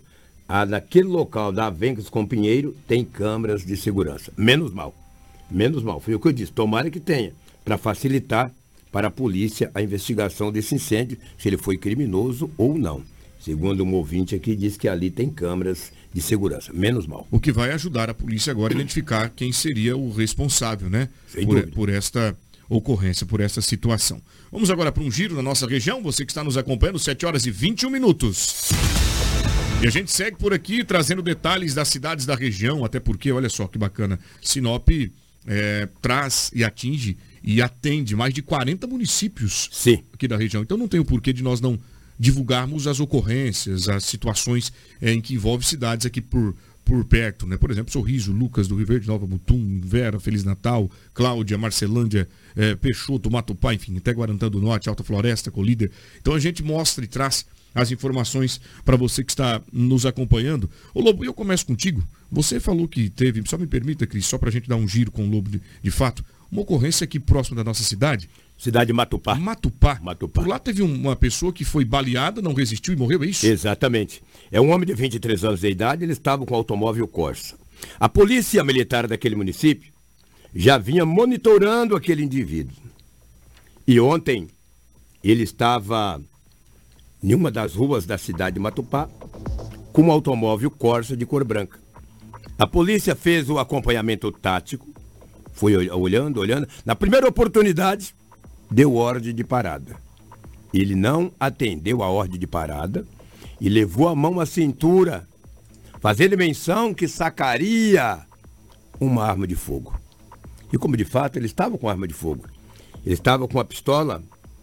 naquele local da Avencas com Pinheiro tem câmeras de segurança. Menos mal. Foi o que eu disse. Tomara que tenha, para facilitar para a polícia a investigação desse incêndio, se ele foi criminoso ou não. Segundo um ouvinte aqui, diz que ali tem câmeras de segurança. Menos mal. O que vai ajudar a polícia agora a identificar quem seria o responsável, né? Por esta ocorrência, por essa situação. Vamos agora para um giro na nossa região. Você que está nos acompanhando, 7 horas e 21 minutos. E a gente segue por aqui trazendo detalhes das cidades da região, até porque, olha só que bacana, Sinop traz e atinge e atende mais de 40 municípios aqui da região. Então não tem o porquê de nós não divulgarmos as ocorrências, as situações em que envolve cidades aqui por perto, né? Por exemplo, Sorriso, Lucas do Rio Verde, Nova Mutum, Vera, Feliz Natal, Cláudia, Marcelândia, Peixoto, Matupá, enfim, até Guarantã do Norte, Alta Floresta, Colíder. Então a gente mostra e traz as informações para você que está nos acompanhando. Ô Lobo, eu começo contigo. Você falou que teve, só me permita, Cris, só para a gente dar um giro com o Lobo de fato, uma ocorrência aqui próximo da nossa cidade. Cidade de Matupá. Matupá. Por lá teve uma pessoa que foi baleada, não resistiu e morreu, é isso? Exatamente. É um homem de 23 anos de idade, ele estava com o automóvel Corsa. A polícia militar daquele município já vinha monitorando aquele indivíduo. E ontem ele estava em uma das ruas da cidade de Matupá com um automóvel Corsa de cor branca. A polícia fez o acompanhamento tático, foi olhando. Na primeira oportunidade, deu ordem de parada. Ele não atendeu a ordem de parada e levou a mão à cintura, fazendo menção que sacaria uma arma de fogo. E como de fato ele estava com arma de fogo, ele estava com a pistola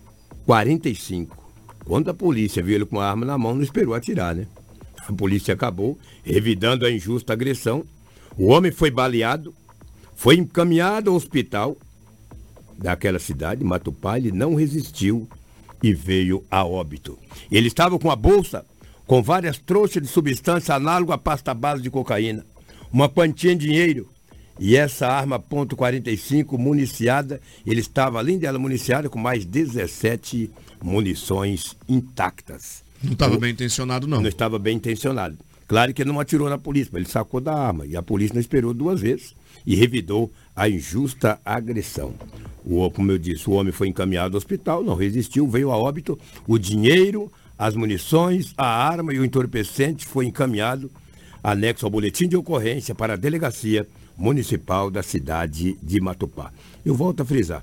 45. Quando a polícia viu ele com a arma na mão, não esperou atirar, né? A polícia acabou revidando a injusta agressão. O homem foi baleado, foi encaminhado ao hospital daquela cidade, Matupá. Ele não resistiu e veio a óbito. Ele estava com a bolsa com várias trouxas de substância análoga à pasta base de cocaína, uma quantia de dinheiro e essa arma .45 municiada. Ele estava, além dela municiada, com mais 17 munições intactas. Não estava bem intencionado, não. Não estava bem intencionado. Claro que ele não atirou na polícia, mas ele sacou da arma e a polícia não esperou 2 vezes e revidou a injusta agressão. Como eu disse, o homem foi encaminhado ao hospital, não resistiu, veio a óbito. O dinheiro, as munições, a arma e o entorpecente foi encaminhado anexo ao boletim de ocorrência para a delegacia municipal da cidade de Matupá. Eu volto a frisar.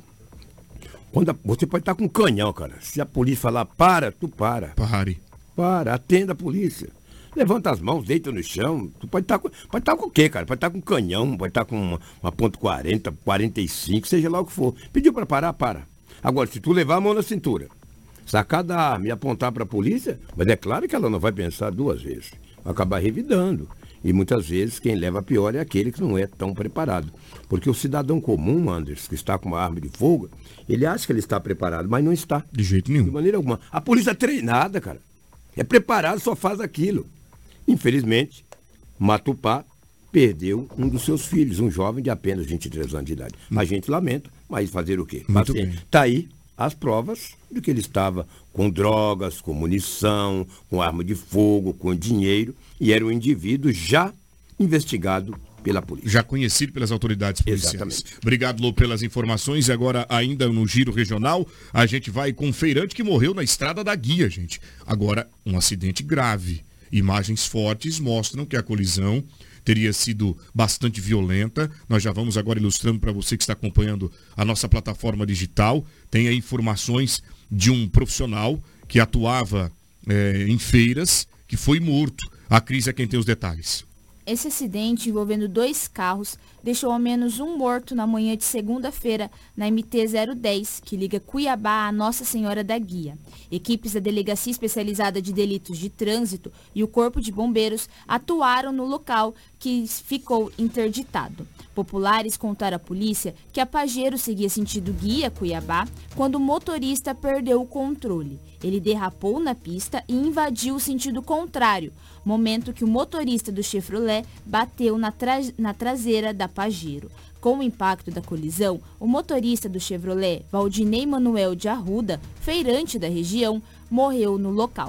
Você pode estar com um canhão, cara. Se a polícia falar para, tu para. Pare. Para, atenda a polícia. Levanta as mãos, deita no chão. Tu pode estar com o quê, cara? Pode estar com um canhão, pode estar com uma .40, 45, seja lá o que for. Pediu para parar, para. Agora, se tu levar a mão na cintura, sacar da arma e apontar para a polícia, mas é claro que ela não vai pensar 2 vezes. Vai acabar revidando. E muitas vezes quem leva pior é aquele que não é tão preparado. Porque o cidadão comum, Anderson, que está com uma arma de fogo, ele acha que ele está preparado, mas não está. De jeito nenhum. De maneira alguma. A polícia é treinada, cara. É preparado, só faz aquilo. Infelizmente, Matupá perdeu um dos seus filhos, um jovem de apenas 23 anos de idade. A gente lamenta, mas fazer o quê? Está aí as provas de que ele estava com drogas, com munição, com arma de fogo, com dinheiro, e era um indivíduo já investigado pela polícia. Já conhecido pelas autoridades policiais. Exatamente. Obrigado, Lô, pelas informações. E agora, ainda no giro regional, a gente vai com um feirante que morreu na Estrada da Guia, gente. Agora, um acidente grave. Imagens fortes mostram que a colisão teria sido bastante violenta. Nós já vamos agora ilustrando para você que está acompanhando a nossa plataforma digital. Tem aí informações de um profissional que atuava em feiras, que foi morto. A Cris é quem tem os detalhes. Esse acidente envolvendo 2 carros deixou ao menos um morto na manhã de segunda-feira na MT-010, que liga Cuiabá a Nossa Senhora da Guia. Equipes da Delegacia Especializada de Delitos de Trânsito e o Corpo de Bombeiros atuaram no local, que ficou interditado. Populares contaram à polícia que a Pajero seguia sentido Guia, Cuiabá, quando o motorista perdeu o controle. Ele derrapou na pista e invadiu o sentido contrário, momento que o motorista do Chevrolet bateu na traseira da Pajero. Com o impacto da colisão, o motorista do Chevrolet, Valdinei Manuel de Arruda, feirante da região, morreu no local.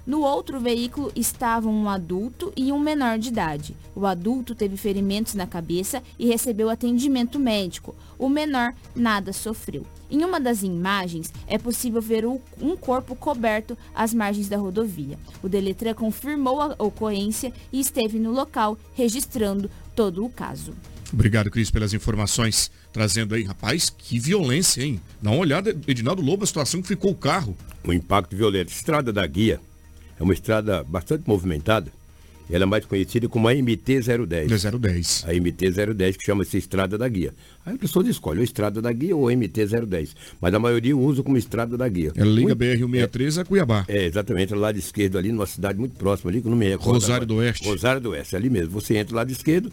No outro veículo estavam um adulto e um menor de idade. O adulto teve ferimentos na cabeça e recebeu atendimento médico. O menor nada sofreu. Em uma das imagens, é possível ver um corpo coberto às margens da rodovia. O Deletran confirmou a ocorrência e esteve no local, registrando todo o caso. Obrigado, Cris, pelas informações, trazendo aí. Rapaz, que violência, hein? Dá uma olhada, Edinaldo Lobo, a situação que ficou o carro. Um impacto violento. Estrada da Guia é uma estrada bastante movimentada. Ela é mais conhecida como a MT-010. A MT-010, que chama-se Estrada da Guia. Aí a pessoa escolhe a Estrada da Guia ou a MT-010. Mas a maioria usa como Estrada da Guia. Ela liga BR-163 a Cuiabá. Exatamente, do lado esquerdo ali, numa cidade muito próxima ali, que eu não me recordo. Rosário do Oeste. Rosário do Oeste, ali mesmo. Você entra do lado esquerdo,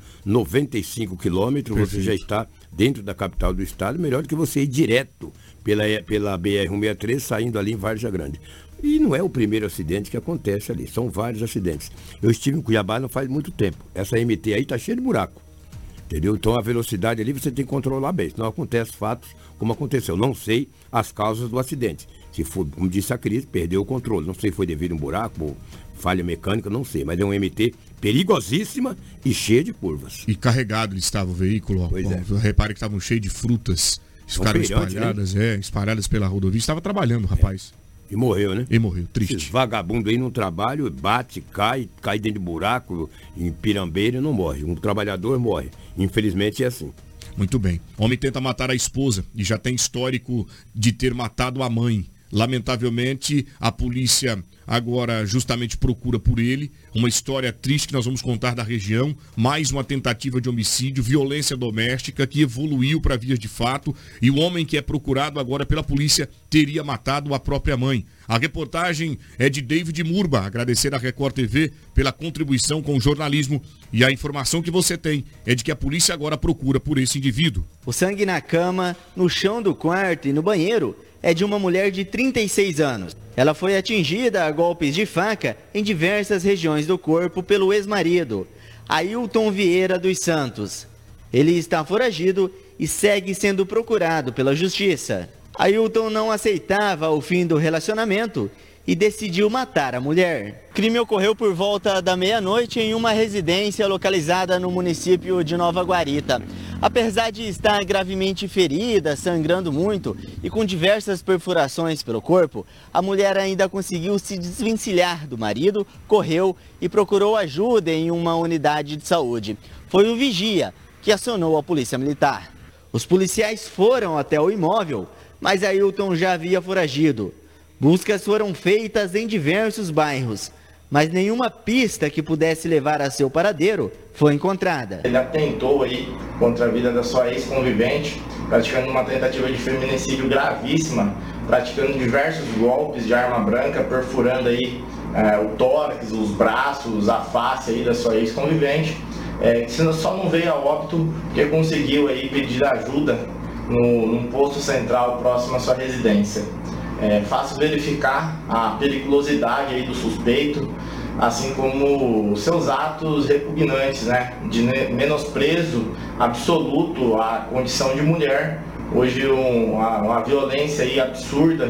95 quilômetros, você já está dentro da capital do estado. Melhor do que você ir direto pela BR-163, saindo ali em Várzea Grande. E não é o primeiro acidente que acontece ali, são vários acidentes. Eu estive em Cuiabá não faz muito tempo. Essa MT aí tá cheia de buraco, entendeu? Então a velocidade ali você tem que controlar bem, senão acontece fatos como aconteceu. Não sei as causas do acidente. Se for, como disse a Cris, perdeu o controle. Não sei se foi devido a um buraco ou falha mecânica, não sei. Mas é uma MT perigosíssima e cheia de curvas. E carregado estava o veículo. Pois é. Repare que estavam cheios de frutas. Ficaram espalhadas, né? Espalhadas pela rodovia. Estava trabalhando, rapaz. E morreu, né? E morreu, triste. Esses vagabundos aí no trabalho, bate, cai dentro de buraco, em pirambeira e não morre. Um trabalhador morre. Infelizmente é assim. Muito bem. Homem tenta matar a esposa e já tem histórico de ter matado a mãe. Lamentavelmente, a polícia agora justamente procura por ele. Uma história triste que nós vamos contar da região. Mais uma tentativa de homicídio, violência doméstica que evoluiu para vias de fato. E o homem que é procurado agora pela polícia teria matado a própria mãe. A reportagem é de David Murba. Agradecer à Record TV pela contribuição com o jornalismo. E a informação que você tem é de que a polícia agora procura por esse indivíduo. O sangue na cama, no chão do quarto e no banheiro é de uma mulher de 36 anos. Ela foi atingida a golpes de faca em diversas regiões do corpo pelo ex-marido, Ailton Vieira dos Santos. Ele está foragido e segue sendo procurado pela justiça. Ailton não aceitava o fim do relacionamento e decidiu matar a mulher. O crime ocorreu por volta da meia-noite em uma residência localizada no município de Nova Guarita. Apesar de estar gravemente ferida, sangrando muito e com diversas perfurações pelo corpo, a mulher ainda conseguiu se desvencilhar do marido, correu e procurou ajuda em uma unidade de saúde. Foi o vigia que acionou a polícia militar. Os policiais foram até o imóvel, mas Ailton já havia foragido. Buscas foram feitas em diversos bairros, mas nenhuma pista que pudesse levar a seu paradeiro foi encontrada. Ele atentou aí contra a vida da sua ex-convivente, praticando uma tentativa de feminicídio gravíssima, praticando diversos golpes de arma branca, perfurando aí o tórax, os braços, a face aí da sua ex-convivente, que só não veio a óbito porque conseguiu aí pedir ajuda num posto central próximo à sua residência. É fácil verificar a periculosidade aí do suspeito, assim como seus atos repugnantes, né, de menosprezo absoluto à condição de mulher. Hoje uma violência aí absurda,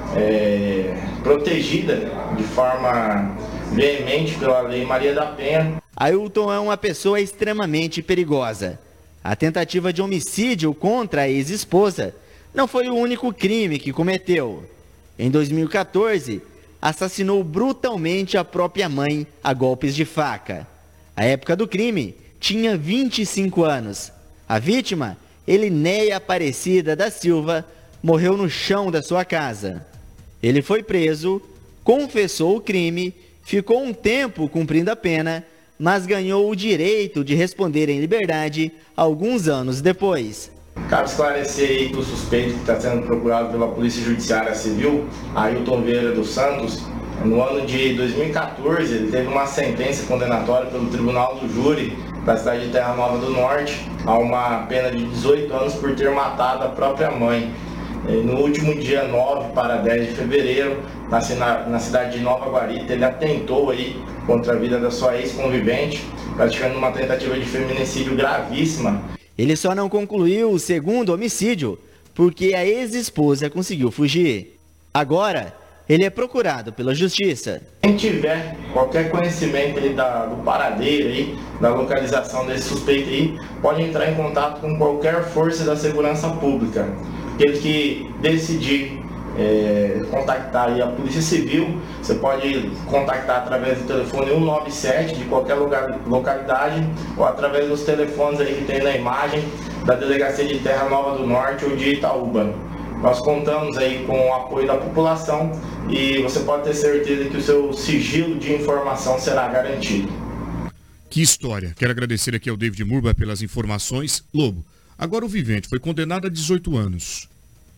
protegida de forma veemente pela Lei Maria da Penha. Ailton é uma pessoa extremamente perigosa. A tentativa de homicídio contra a ex-esposa não foi o único crime que cometeu. Em 2014, assassinou brutalmente a própria mãe a golpes de faca. À época do crime, tinha 25 anos. A vítima, Elinéia Aparecida da Silva, morreu no chão da sua casa. Ele foi preso, confessou o crime, ficou um tempo cumprindo a pena, mas ganhou o direito de responder em liberdade alguns anos depois. Cabe esclarecer aí que o suspeito que está sendo procurado pela Polícia Judiciária Civil, Ailton Vieira dos Santos, no ano de 2014, ele teve uma sentença condenatória pelo Tribunal do Júri da cidade de Terra Nova do Norte a uma pena de 18 anos por ter matado a própria mãe. No último dia 9 para 10 de fevereiro, na cidade de Nova Guarita, ele atentou aí contra a vida da sua ex-convivente, praticando uma tentativa de feminicídio gravíssima. Ele só não concluiu o segundo homicídio porque a ex-esposa conseguiu fugir. Agora, ele é procurado pela justiça. Quem tiver qualquer conhecimento aí do paradeiro aí, da localização desse suspeito aí, pode entrar em contato com qualquer força da segurança pública. Aquele que decidir contactar aí a Polícia Civil, você pode contactar através do telefone 197 de qualquer localidade ou através dos telefones aí que tem na imagem da Delegacia de Terra Nova do Norte ou de Itaúba. Nós contamos aí com o apoio da população e você pode ter certeza que o seu sigilo de informação será garantido. Que história. Quero agradecer aqui ao David Murba pelas informações. Lobo, agora o Vivente foi condenado a 18 anos.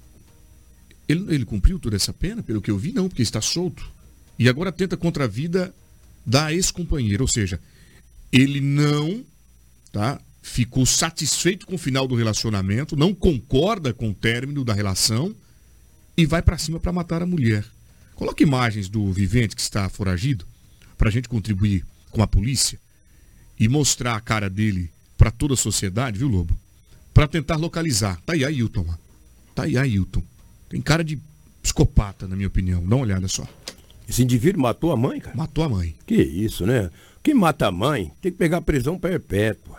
Ele cumpriu toda essa pena? Pelo que eu vi, não, porque está solto. E agora tenta contra a vida da ex-companheira. Ou seja, ele não ficou satisfeito com o final do relacionamento, não concorda com o término da relação e vai para cima para matar a mulher. Coloque imagens do Vivente que está foragido para a gente contribuir com a polícia e mostrar a cara dele para toda a sociedade, viu, Lobo? Para tentar localizar. Tá aí, Ailton. Tá aí, Ailton. Tem cara de psicopata, na minha opinião. Dá uma olhada só. Esse indivíduo matou a mãe, cara? Matou a mãe. Que isso, né? Quem mata a mãe tem que pegar prisão perpétua.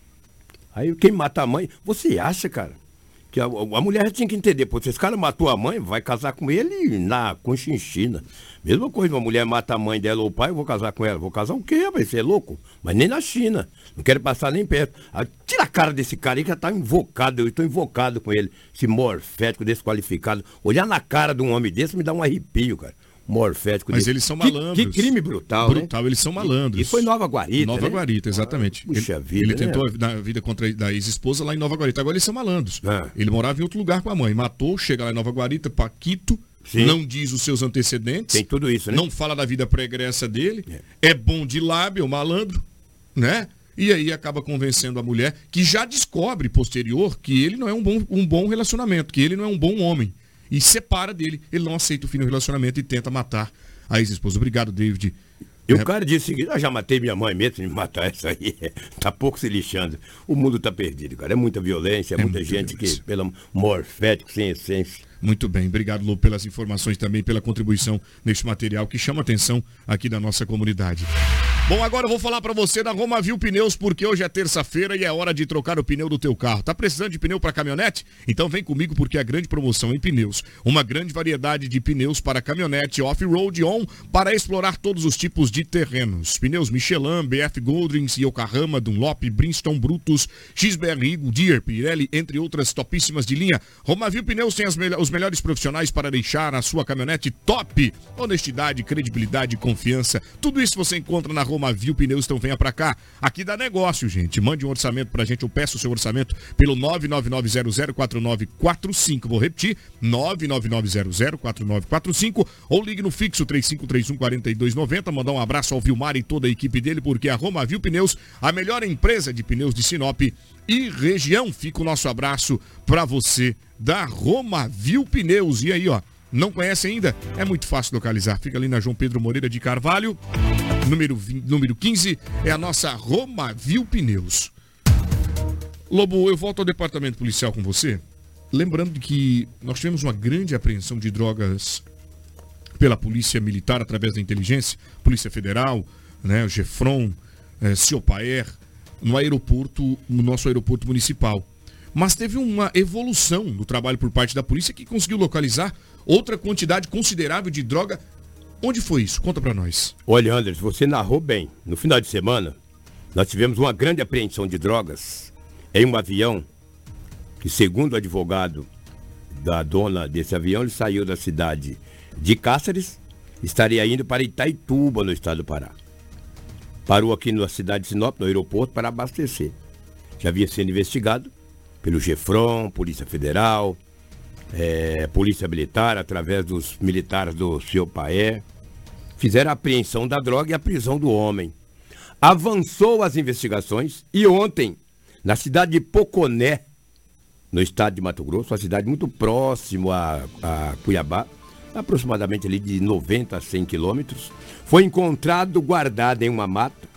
Aí quem mata a mãe... Você acha, cara, que a mulher tinha que entender, pô, se esse cara matou a mãe, vai casar com ele na Conchinchina. Mesma coisa, uma mulher mata a mãe dela ou o pai, eu vou casar com ela. Vou casar o quê? Vai ser louco? Mas nem na China. Não quero passar nem perto. Tira a cara desse cara aí que já tá invocado. Eu estou invocado com ele. Esse morfético desqualificado. Olhar na cara de um homem desse me dá um arrepio, cara. Morfético. Mas eles são malandros. Que crime brutal, Brutal, né? Eles são malandros. E foi Nova Guarita, Nova Guarita, exatamente. Puxa vida, ele tentou a vida contra a ex-esposa lá em Nova Guarita. Agora eles são malandros. Ele morava em outro lugar com a mãe. Matou, chega lá em Nova Guarita, Paquito. Sim. Não diz os seus antecedentes. Tem tudo isso, né? Não fala da vida pregressa dele. É bom de lábio, malandro, né? E aí acaba convencendo a mulher, que já descobre posterior que ele não é um bom relacionamento, que ele não é um bom homem. E separa dele. Ele não aceita o fim do relacionamento e tenta matar a ex-esposa. Obrigado, David. E o cara disse o seguinte: eu já matei minha mãe mesmo, se me matar essa aí. Tá pouco se lixando. O mundo tá perdido, cara. É muita violência, muita gente violência. Que, pelo morfético, sem essência. Muito bem, obrigado, Lobo, pelas informações também, pela contribuição neste material que chama a atenção aqui da nossa comunidade. Bom, agora eu vou falar para você da Romavil Pneus, porque hoje é terça-feira e é hora de trocar o pneu do teu carro. Tá precisando de pneu para caminhonete? Então vem comigo porque é a grande promoção em pneus. Uma grande variedade de pneus para caminhonete off-road on para explorar todos os tipos de terrenos. Pneus Michelin, BF Goldrings, Yokohama, Dunlop, Bridgestone, Brutus, XBR, Eagle, Deere, Pirelli, entre outras topíssimas de linha. Romavil Pneus tem os melhores profissionais para deixar a sua caminhonete top. Honestidade, credibilidade, confiança. Tudo isso você encontra na Romavil Pneus, então venha pra cá. Aqui dá negócio, gente. Mande um orçamento pra gente, eu peço o seu orçamento pelo 999004945. Vou repetir, 999004945 ou ligue no fixo 3531-4290. Mandar um abraço ao Vilmar e toda a equipe dele, porque a Romavil Pneus, a melhor empresa de pneus de Sinop e região. Fica o nosso abraço pra você da Romavil Pneus. E aí, ó, não conhece ainda? É muito fácil localizar. Fica ali na João Pedro Moreira de Carvalho, número 15, é a nossa Romavil Pneus. Lobo, eu volto ao departamento policial com você, lembrando que nós tivemos uma grande apreensão de drogas pela Polícia Militar através da inteligência, Polícia Federal, né, o Gefron, Ciopaer, no aeroporto, no nosso aeroporto municipal. Mas teve uma evolução no trabalho por parte da polícia que conseguiu localizar outra quantidade considerável de droga. Onde foi isso? Conta pra nós. Olha, Anderson, você narrou bem. No final de semana, nós tivemos uma grande apreensão de drogas em um avião que, segundo o advogado da dona desse avião, ele saiu da cidade de Cáceres, estaria indo para Itaituba, no estado do Pará. Parou aqui na cidade de Sinop, no aeroporto, para abastecer. Já havia sido investigado pelo Gefron, Polícia Federal, Polícia Militar, através dos militares do Ciopaer. Fizeram a apreensão da droga e a prisão do homem. Avançou as investigações e ontem, na cidade de Poconé, no estado de Mato Grosso, uma cidade muito próximo a Cuiabá, aproximadamente ali de 90 a 100 quilômetros, foi encontrado guardado em uma mata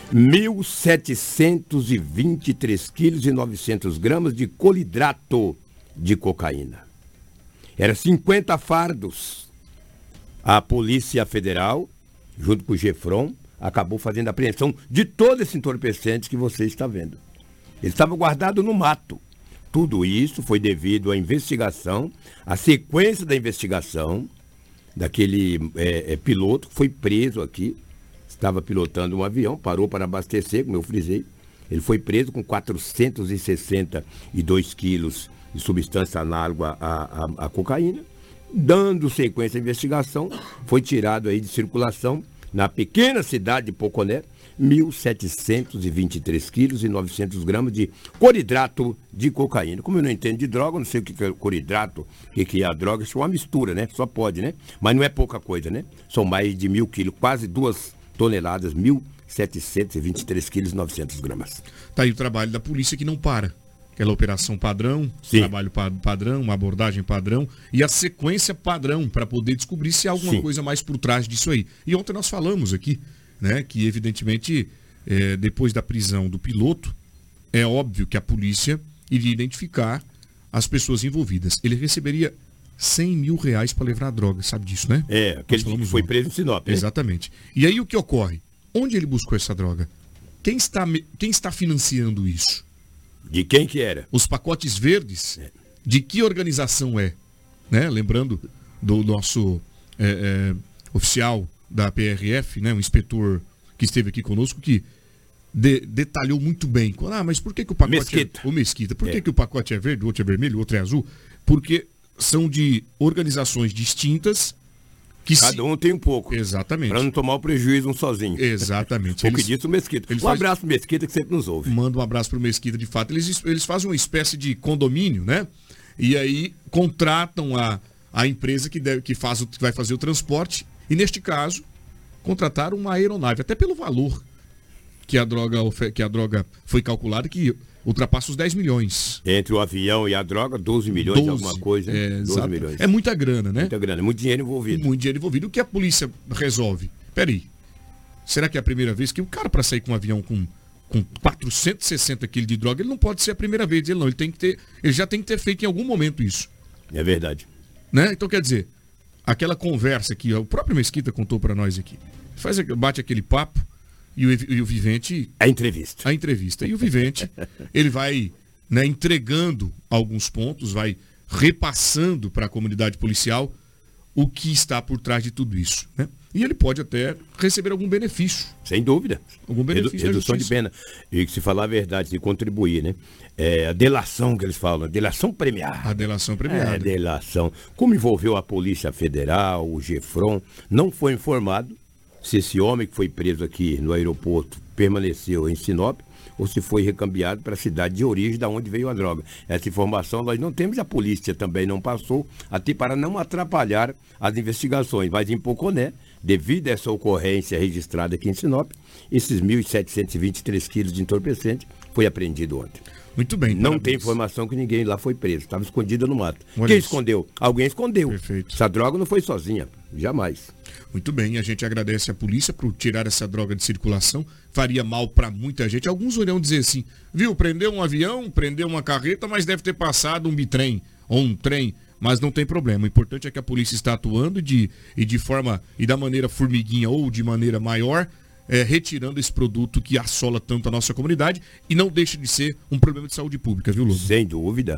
1.723 quilos e 900 gramas de cloridrato de cocaína. Era 50 fardos. A Polícia Federal, junto com o GEFRON, acabou fazendo a apreensão de todo esse entorpecente que você está vendo. Ele estava guardado no mato. Tudo isso foi devido à investigação, à sequência da investigação daquele piloto que foi preso aqui. Estava pilotando um avião, parou para abastecer, como eu frisei. Ele foi preso com 462 quilos de substância análoga à cocaína. Dando sequência à investigação, foi tirado aí de circulação, na pequena cidade de Poconé, 1.723 quilos e 900 gramas de cloridrato de cocaína. Como eu não entendo de droga, não sei o que é cloridrato, o que é a droga, isso é uma mistura, né? Só pode, né? Mas não é pouca coisa, né? São mais de 1.000 quilos, quase 2 toneladas, 1.723 quilos e 900 gramas. Tá aí o trabalho da polícia que não para. Aquela operação padrão, trabalho padrão, uma abordagem padrão e a sequência padrão para poder descobrir se há alguma coisa mais por trás disso aí. E ontem nós falamos aqui, né, que evidentemente depois da prisão do piloto, é óbvio que a polícia iria identificar as pessoas envolvidas. Ele receberia R$100 mil para levar a droga, sabe disso, né? Aquele que foi preso em Sinop. Exatamente. E aí o que ocorre? Onde ele buscou essa droga? Quem está financiando isso? De quem que era? Os pacotes verdes, de que organização é? Né? Lembrando do nosso oficial da PRF, né? Um inspetor que esteve aqui conosco, que detalhou muito bem. Mas por que o pacote Mesquita. O Mesquita. Por que o pacote é verde, o outro é vermelho, o outro é azul? Porque são de organizações distintas. Cada um tem um pouco. Exatamente. Para não tomar o prejuízo um sozinho. Exatamente. Foi o que disse o Mesquita. Abraço pro Mesquita que sempre nos ouve. Manda um abraço pro Mesquita, de fato. Eles fazem uma espécie de condomínio, né? E aí contratam a empresa que vai fazer o transporte. E neste caso, contrataram uma aeronave, até pelo valor que a droga foi calculada, que ultrapassa os 10 milhões. Entre o avião e a droga, 12 milhões, alguma coisa. 12 milhões. É muita grana, né? Muita grana, muito dinheiro envolvido. Muito dinheiro envolvido. O que a polícia resolve? Peraí, será que é a primeira vez que o cara, para sair com um avião com 460 quilos de droga, ele não pode ser a primeira vez dele, não. Ele já tem que ter feito em algum momento isso. É verdade. Né? Então, quer dizer, aquela conversa que o próprio Mesquita contou para nós aqui, bate aquele papo, e o Vivente... A entrevista. E o Vivente, ele vai, né, entregando alguns pontos, vai repassando para a comunidade policial o que está por trás de tudo isso. Né? E ele pode até receber algum benefício. Sem dúvida. Algum benefício. Redução de pena. E se falar a verdade, de contribuir, né? A delação que eles falam, a delação premiada. A delação premiada. Delação. Como envolveu a Polícia Federal, o GEFRON, não foi informado se esse homem que foi preso aqui no aeroporto permaneceu em Sinop ou se foi recambiado para a cidade de origem, da onde veio a droga. Essa informação nós não temos, a polícia também não passou, até para não atrapalhar as investigações. Mas em Poconé, devido a essa ocorrência registrada aqui em Sinop, esses 1.723 quilos de entorpecente foi apreendido ontem. Muito bem. Não tem informação que ninguém lá foi preso. Estava escondido no mato. Olha Quem isso. escondeu? Alguém escondeu. Perfeito. Essa droga não foi sozinha. Jamais. Muito bem. A gente agradece a polícia por tirar essa droga de circulação. Faria mal para muita gente. Alguns irão dizer assim, viu, prendeu um avião, prendeu uma carreta, mas deve ter passado um bitrem ou um trem. Mas não tem problema. O importante é que a polícia está atuando de forma e da maneira formiguinha ou de maneira maior, retirando esse produto que assola tanto a nossa comunidade e não deixa de ser um problema de saúde pública, viu, Lobo? Sem dúvida.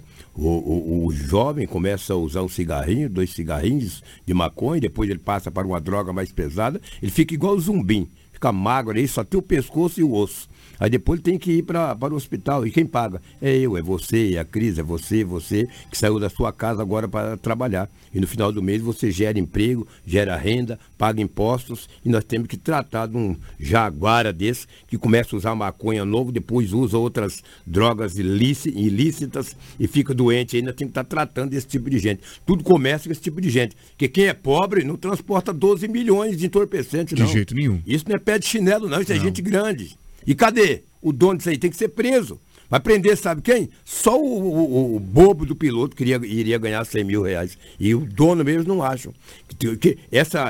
O jovem começa a usar um cigarrinho, 2 cigarrinhos de maconha, depois ele passa para uma droga mais pesada, ele fica igual o zumbim, fica magro aí, só tem o pescoço e o osso. Aí depois ele tem que ir para o hospital. E quem paga? É eu, é você, é a Cris, é você que saiu da sua casa agora para trabalhar. E no final do mês você gera emprego, gera renda, paga impostos. E nós temos que tratar de um jaguara desse que começa a usar maconha novo, depois usa outras drogas ilícitas e fica doente. Ainda tem que estar tratando desse tipo de gente. Tudo começa com esse tipo de gente. Porque quem é pobre não transporta 12 milhões de entorpecentes, não. De jeito nenhum. Isso não é pé de chinelo, não. Isso é gente grande. E cadê? O dono disso aí tem que ser preso. Vai prender, sabe quem? Só o bobo do piloto que iria ganhar R$100 mil. E o dono mesmo não acham. Que essa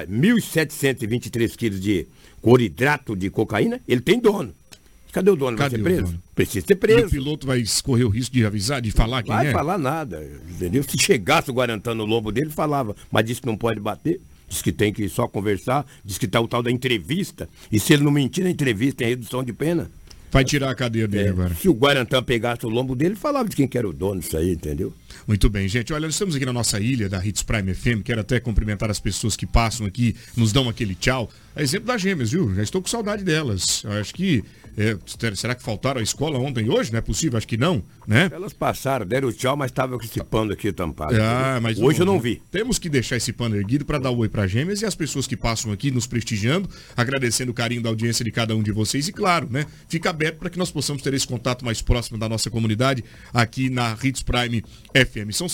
1.723 quilos de cloridrato de cocaína, ele tem dono. Cadê o dono? Vai ser preso? Precisa ser preso. E o piloto vai escorrer o risco de avisar, de falar quem é? Vai falar nada, entendeu? Se chegasse o Guarantã no lombo dele, falava. Mas disse que não pode bater. Diz que tem que só conversar, diz que tá o tal da entrevista, e se ele não mentir na entrevista tem redução de pena. Vai tirar a cadeia dele agora. Se o Guarantã pegasse o lombo dele, falava de quem que era o dono disso aí, entendeu? Muito bem, gente. Olha, nós estamos aqui na nossa ilha da Hits Prime FM. Quero até cumprimentar as pessoas que passam aqui, nos dão aquele tchau. É exemplo das gêmeas, viu? Já estou com saudade delas. Eu acho que... será que faltaram à escola ontem e hoje? Não é possível? Acho que não, né? Elas passaram, deram tchau, mas estavam com esse pano aqui tampado. Mas hoje eu não vi. Temos que deixar esse pano erguido para dar oi para gêmeas e as pessoas que passam aqui nos prestigiando, agradecendo o carinho da audiência de cada um de vocês. E claro, né? Fica aberto para que nós possamos ter esse contato mais próximo da nossa comunidade aqui na Hits Prime FM. São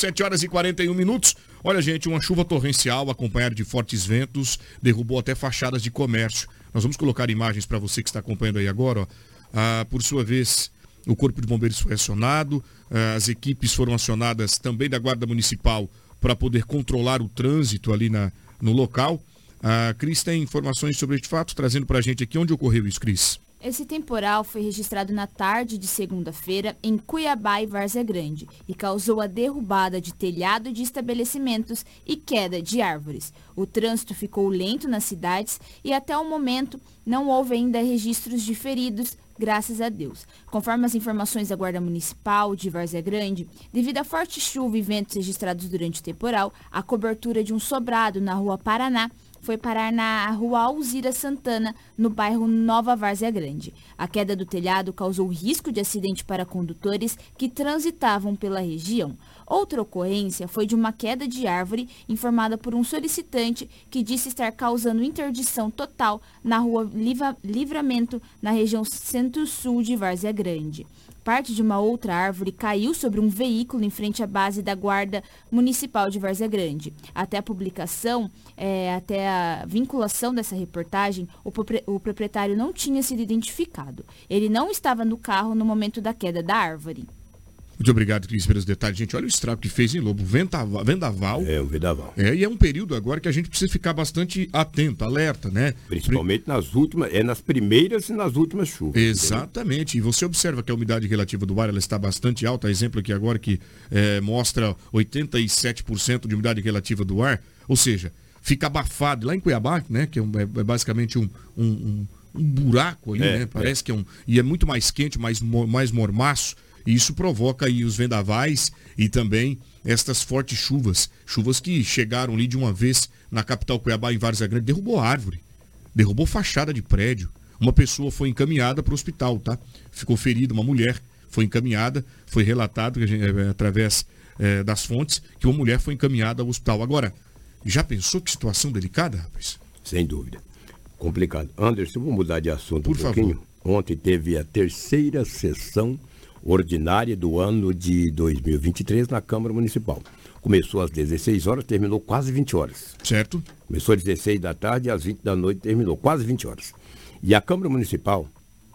7h41. Olha, gente, uma chuva torrencial acompanhada de fortes ventos derrubou até fachadas de comércio. Nós vamos colocar imagens para você que está acompanhando aí agora. Ó. Por sua vez, o Corpo de Bombeiros foi acionado, as equipes foram acionadas também da Guarda Municipal para poder controlar o trânsito ali no local. A Cris tem informações sobre este fato, trazendo para a gente aqui onde ocorreu isso, Cris. Esse temporal foi registrado na tarde de segunda-feira em Cuiabá e Várzea Grande e causou a derrubada de telhado de estabelecimentos e queda de árvores. O trânsito ficou lento nas cidades e até o momento não houve ainda registros de feridos, graças a Deus. Conforme as informações da Guarda Municipal de Várzea Grande, devido à forte chuva e ventos registrados durante o temporal, a cobertura de um sobrado na Rua Paraná foi parar na Rua Alzira Santana, no bairro Nova Várzea Grande. A queda do telhado causou risco de acidente para condutores que transitavam pela região. Outra ocorrência foi de uma queda de árvore informada por um solicitante que disse estar causando interdição total na Rua Livramento, na região centro-sul de Várzea Grande. Parte de uma outra árvore caiu sobre um veículo em frente à base da Guarda Municipal de Várzea Grande. Até a publicação, até a vinculação dessa reportagem, o proprietário não tinha sido identificado. Ele não estava no carro no momento da queda da árvore. Muito obrigado, Cris, pelos detalhes. Gente, olha o estrago que fez em Lobo. Vendaval. Um vendaval. E é um período agora que a gente precisa ficar bastante atento, alerta, né? Principalmente nas primeiras e nas últimas chuvas. Exatamente. Entendeu? E você observa que a umidade relativa do ar ela está bastante alta. Exemplo aqui agora que mostra 87% de umidade relativa do ar. Ou seja, fica abafado. Lá em Cuiabá, né? Que é basicamente um buraco ali, né? Parece que é e é muito mais quente, mais mormaço. E isso provoca aí os vendavais e também estas fortes chuvas. Chuvas que chegaram ali de uma vez na capital Cuiabá, em Várzea Grande, derrubou árvore, derrubou fachada de prédio. Uma pessoa foi encaminhada para o hospital, tá? Ficou ferida, uma mulher foi encaminhada, foi relatado através das fontes que uma mulher foi encaminhada ao hospital. Agora, já pensou que situação delicada, rapaz? Sem dúvida. Complicado. Anderson, vou mudar de assunto um pouquinho. Ontem teve a terceira sessão ordinária do ano de 2023 na Câmara Municipal. Começou às 16 horas, terminou quase 20 horas. Certo. Começou às 16 da tarde e às 20 da noite terminou quase 20 horas. E a Câmara Municipal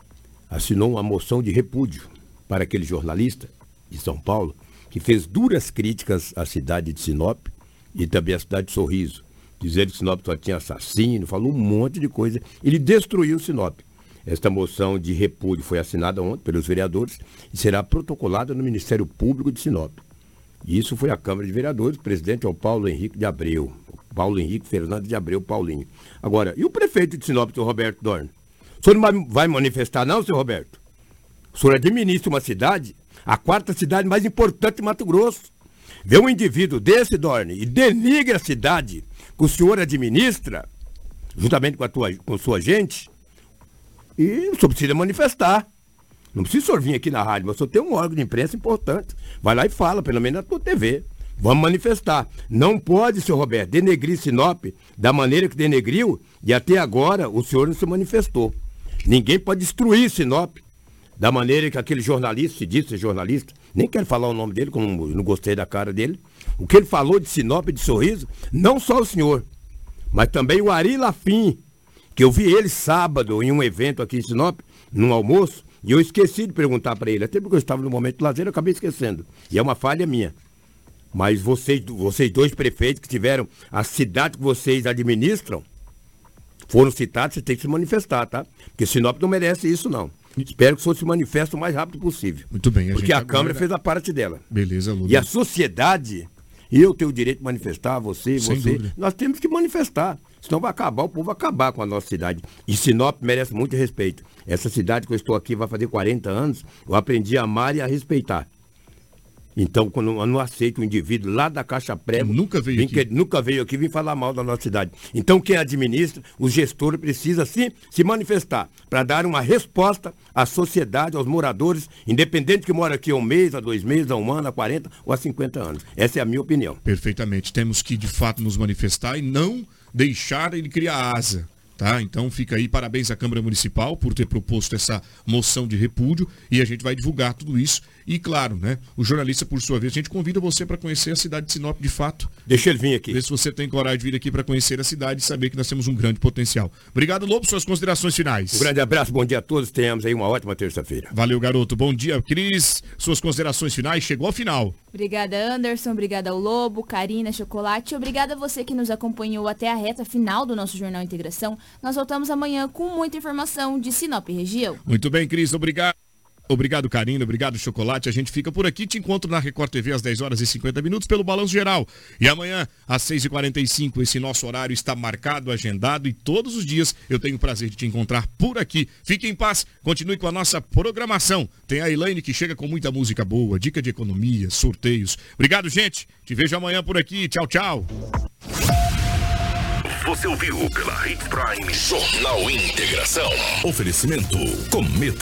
assinou uma moção de repúdio para aquele jornalista de São Paulo que fez duras críticas à cidade de Sinop e também à cidade de Sorriso. Dizendo que Sinop só tinha assassino, falou um monte de coisa. Ele destruiu Sinop. Esta moção de repúdio foi assinada ontem pelos vereadores e será protocolada no Ministério Público de Sinop. E isso foi a Câmara de Vereadores, o presidente é o Paulo Henrique de Abreu. Paulo Henrique Fernandes de Abreu, Paulinho. Agora, e o prefeito de Sinop, seu Roberto Dorn? O senhor não vai manifestar não, seu Roberto? O senhor administra uma cidade, a quarta cidade mais importante de Mato Grosso. Vê um indivíduo desse, Dorn, e denigre a cidade que o senhor administra, juntamente com sua gente. E o senhor precisa manifestar. Não precisa o senhor vir aqui na rádio, mas o senhor tem um órgão de imprensa importante. Vai lá e fala, pelo menos na tua TV. Vamos manifestar. Não pode, senhor Roberto, denegrir Sinop da maneira que denegriu e até agora o senhor não se manifestou. Ninguém pode destruir Sinop da maneira que aquele jornalista, se disse jornalista, nem quero falar o nome dele, como não gostei da cara dele. O que ele falou de Sinop e de Sorriso, não só o senhor, mas também o Ari Lafim, que eu vi ele sábado em um evento aqui em Sinop, num almoço, e eu esqueci de perguntar para ele, até porque eu estava no momento de lazer, eu acabei esquecendo. E é uma falha minha. Mas vocês dois prefeitos que tiveram a cidade que vocês administram, foram citados, você tem que se manifestar, tá? Porque Sinop não merece isso, não. Espero que o senhor se manifeste o mais rápido possível. Muito bem. Porque a Câmara fez a parte dela. Beleza, Lula. E a sociedade Eu tenho o direito de manifestar, você. Dúvida. Nós temos que manifestar. Senão vai acabar, o povo vai acabar com a nossa cidade. E Sinop merece muito respeito. Essa cidade que eu estou aqui vai fazer 40 anos, eu aprendi a amar e a respeitar. Então, quando eu não aceito um indivíduo lá da Caixa Prego, nunca veio aqui vir falar mal da nossa cidade. Então, quem administra, o gestor precisa sim se manifestar para dar uma resposta à sociedade, aos moradores, independente que mora aqui há 1 mês, há 2 meses, há 1 ano, há 40 ou há 50 anos. Essa é a minha opinião. Perfeitamente. Temos que, de fato, nos manifestar e não deixar ele criar asa. Tá? Então fica aí, parabéns à Câmara Municipal por ter proposto essa moção de repúdio e a gente vai divulgar tudo isso. E claro, né, o jornalista, por sua vez, a gente convida você para conhecer a cidade de Sinop de fato. Deixa ele vir aqui. Ver se você tem coragem de vir aqui para conhecer a cidade e saber que nós temos um grande potencial. Obrigado, Lobo, suas considerações finais. Um grande abraço, bom dia a todos, tenhamos aí uma ótima terça-feira. Valeu, garoto, bom dia, Cris, suas considerações finais, chegou ao final. Obrigada, Anderson, obrigada ao Lobo, Karina, Chocolate, obrigada a você que nos acompanhou até a reta final do nosso Jornal Integração. Nós voltamos amanhã com muita informação de Sinop e região. Muito bem, Cris, obrigado. Obrigado, Karina, obrigado, Chocolate. A gente fica por aqui, te encontro na Record TV às 10 horas e 50 minutos pelo Balanço Geral. E amanhã, às 6h45, esse nosso horário está marcado, agendado e todos os dias eu tenho o prazer de te encontrar por aqui. Fique em paz, continue com a nossa programação. Tem a Elaine que chega com muita música boa, dica de economia, sorteios. Obrigado, gente. Te vejo amanhã por aqui. Tchau, tchau. Você ouviu pela Hits Prime Jornal Integração. Oferecimento Cometa.